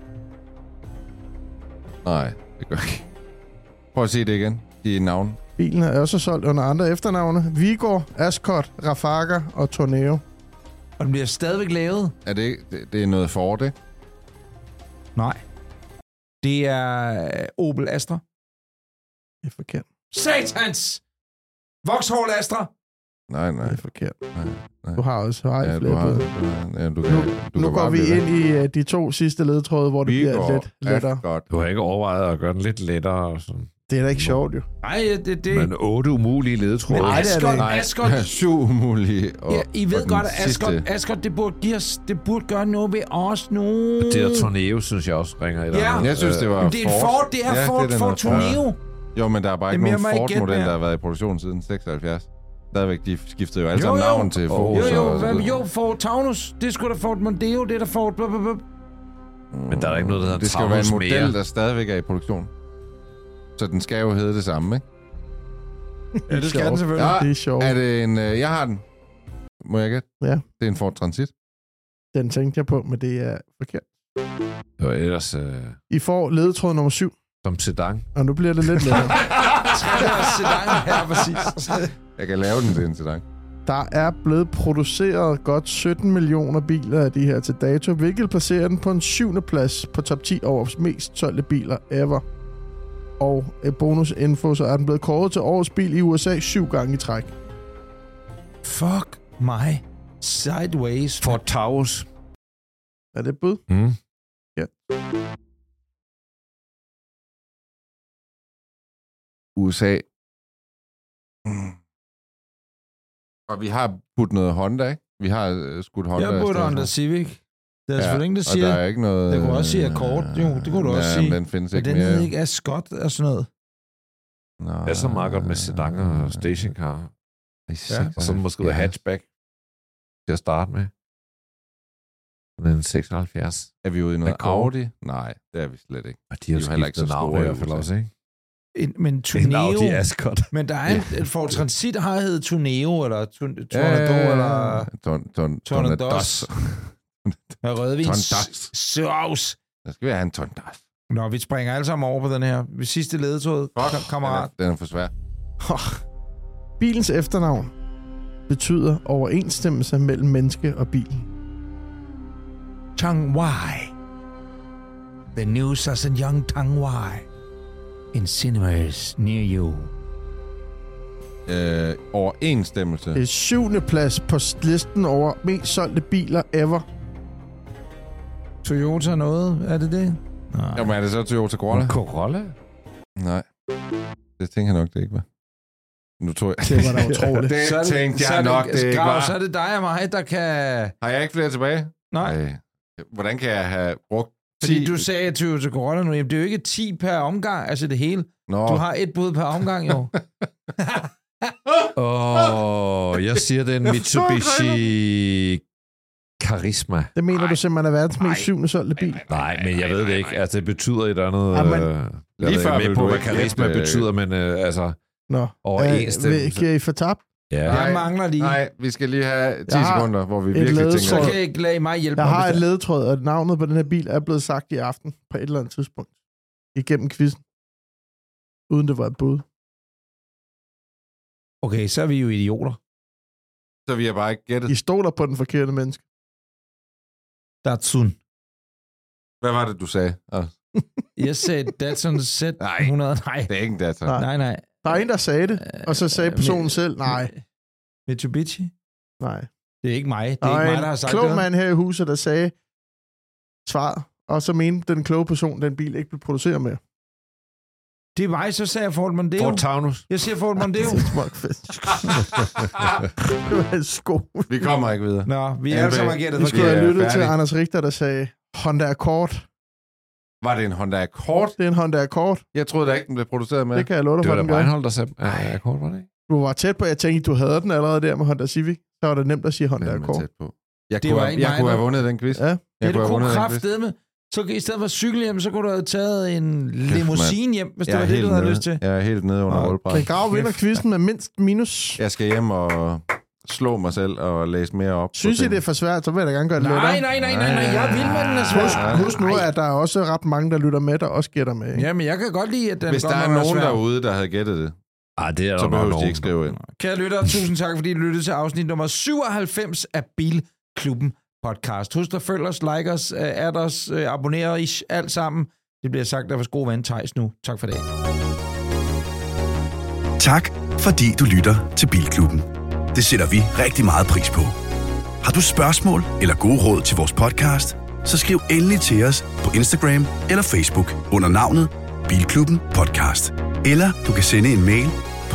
Nej, det gør jeg ikke. Prøv at se det igen. De navne. Bilen er også solgt under andre efternavne. Vigor, Ascot, Rafaga og Torneo. Og den bliver stadigvæk lavet? Er det ikke? Det er noget Ford, ikke? Nej. Det er Opel Astra. Det er forkert. Satans! Vauxhall Astra. Nej. Det er forkert. Nej. Du har også Ja, flere på. Nu går vi ind i de 2 sidste ledtråde, hvor det bliver lidt lettere. Godt. Du har ikke overvejet at gøre den lidt lettere og sådan. Det er da ikke sjovt, jo. Nej, det... Men 8 umulige ledetråde. Men Ascot, Nej, Ascot... 7 umulige. Ja, I ved godt, at Ascot, det burde gøre noget ved os nu. Det der Torneo, synes jeg også ringer i dag. Ja. Jeg synes, det var Det er Ford, det er Ford Torneo. Jo, men der er bare ikke Det er nogen mere Ford-model, mere. der har været i produktion siden 76. Stadigvæk, de skiftede jo alle sammen navn til Ford. Jo, Ford Taunus. Det skulle da Ford Mondeo, det er der Ford... Men der er ikke noget, der hedder Det skal jo være en Taunus model, mere. der stadigvæk er i produktion. Så den skal jo hedde det samme, ikke? Ja, det skal den selvfølgelig. Det er sjovt. Er det en... jeg har den. Må jeg gætte? Ja. Det er en Ford Transit. Den tænkte jeg på, men det er forkert. Det var ellers I får ledetråd nummer 7, som sedan. og nu bliver det lidt lettere. Sedan her, præcis. Jeg kan lave den til en sedan. Der er blevet produceret godt 17 millioner biler af de her til dato, hvilket placerer den på en 7. plads på top 10 over mest solgte biler ever. Og bonusinfo, så er den blevet kåret til årets bil i USA 7 gange i træk. Fuck mig. Sideways. Ford Taurus. Er det et bud? Mm. Ja. USA. Og vi har budt noget Honda, ikke? Vi har skudt Honda. Jeg burde Honda Civic. Der er selvfølgelig ingen, der siger... Og der er ikke noget... Det kunne også sige Accord. Jo, det kunne du også sige. Men den findes Men ikke den mere. hedder ikke Ascot og sådan noget. Nå, Det er så meget godt med sedan og stationcar. Ja. Og så måske noget hatchback til at starte med. Sådan en 76. Er vi ude i noget Accord? Audi? Nej, det er vi slet ikke. Og de har De er jo heller ikke skiftet så navn store i i hvert fald USA. også, ikke? Men Det er en Audi Torneo... Ascot. Men der er en Ford Transit, har heddet Torneo, eller Tornado, eller Tornados. med rødvins Tornados. sauce. Der skal vi have en Tornados. Nå, vi springer alle sammen over på den her. Vi sidste ledetråd, kammerat. Den er for svær. Bilens efternavn betyder overensstemmelse mellem menneske og bil. Tang Wai. The news as a young Tang Wai. In cinemas near you. Overensstemmelse. Det er 7. plads på listen over mest solgte biler ever. Toyota noget, er det det? Nej. Jamen, er det så Toyota Corolla? Corolla? Nej. Det tænker jeg nok, det ikke var. Nu tror jeg... Det var da utroligt. Det tænkte jeg nok, det ikke var. Så er det dig og mig, der kan... Har jeg ikke flere tilbage? Nej. Hvordan kan jeg have brugt 10? Fordi du sagde, at Toyota Corolla nu, jamen, det er jo ikke 10 per omgang, altså det hele. Nå. Du har et bud per omgang, jo. Jeg siger den Mitsubishi Charisma. Det mener du simpelthen er verdens mest 7. solgte bil? Nej, men jeg ved det ikke. Altså, det betyder et eller andet... Jamen, lige før jeg er vil med på, du hvad ikke karisma gætte, betyder, men altså... Nå. Overensstemmelse. Giver I for tab? Ja. Jeg mangler lige. Nej, vi skal lige have 10 Jeg har sekunder, hvor vi et virkelig ledetråd. Så tænker... kan I ikke lade mig hjælpe Jeg mig har med et det. ledetråd, og navnet på den her bil er blevet sagt i aften på et eller andet tidspunkt. Igennem quizzen. Uden det var et bud. Okay, så er vi jo idioter. Så vi har bare ikke gættet. I stoler på den forkerte menneske. Datsun. Hvad var det, du sagde? Jeg sagde Datsun Z100. Nej. Det er ikke en data. Nej. Der er en, der sagde det, og så sagde personen selv, nej. Mitsubishi? Nej. Det er ikke mig. Det Der er ikke mig, en der har sagt klog det. mand her i huset, der sagde svaret, og så mente den kloge person, den bil ikke blev produceret med. Det er mig, så sagde jeg Ford Mondeo. Ford Taunus. Jeg siger Ford Mondeo. Det var en sko. Vi kommer ikke videre. Nå, vi er alle sammen har gættet Vi skulle have Ja, lyttet til færdig. Anders Richter, der sagde Honda Accord. Var det en Honda Accord? Det er en Honda Accord. Jeg troede da ikke, den blev produceret med. Det kan jeg love dig for, Det var den da gør. Breinholt, der sagde Accord, var det ikke? Du var tæt på, jeg tænkte, du havde den allerede der med Honda Civic. Så var det nemt at sige Honda Den var Accord. tæt på. Jeg Det kunne, var have, ikke jeg mig, kunne have der- vundet den quiz. Ja. Jeg Det du have kunne vundet den quiz. kraftedeme. Så i stedet for cykelhjem, så kunne du have taget en limousine hjem, hvis det var det, du havde lyst til. Jeg er helt nede under Kan målbræt. Grav vinder quizzen med mindst minus. Jeg skal hjem og slå mig selv og læse mere op. Synes I, det er for svært, så vil jeg da gerne gøre det lettere. Nej, jeg vil med den er svær. Husk nu, at der er også ret mange, der lytter med, der også gætter med. Ikke? Jamen, jeg kan godt lide, at den Hvis godt der er må være nogen svær. derude, der havde gættet det, Det er så behøver de ikke skrive ind. Kære lytter, tusind tak, fordi I lyttede til afsnit nummer 97 af Bilklubben podcast. Husk at følge os, like os, add os, abonner os, alt sammen. Det bliver sagt af vores gode ven Theis nu. Tak for det. Tak, fordi du lytter til Bilklubben. Det sætter vi rigtig meget pris på. Har du spørgsmål eller gode råd til vores podcast, så skriv endelig til os på Instagram eller Facebook under navnet Bilklubben Podcast. Eller du kan sende en mail på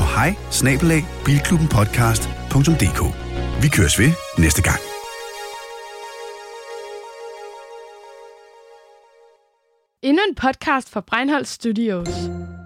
hej@bilklubbenpodcast.dk. Vi køres ved næste gang. Endnu en podcast fra Breinholt Studios.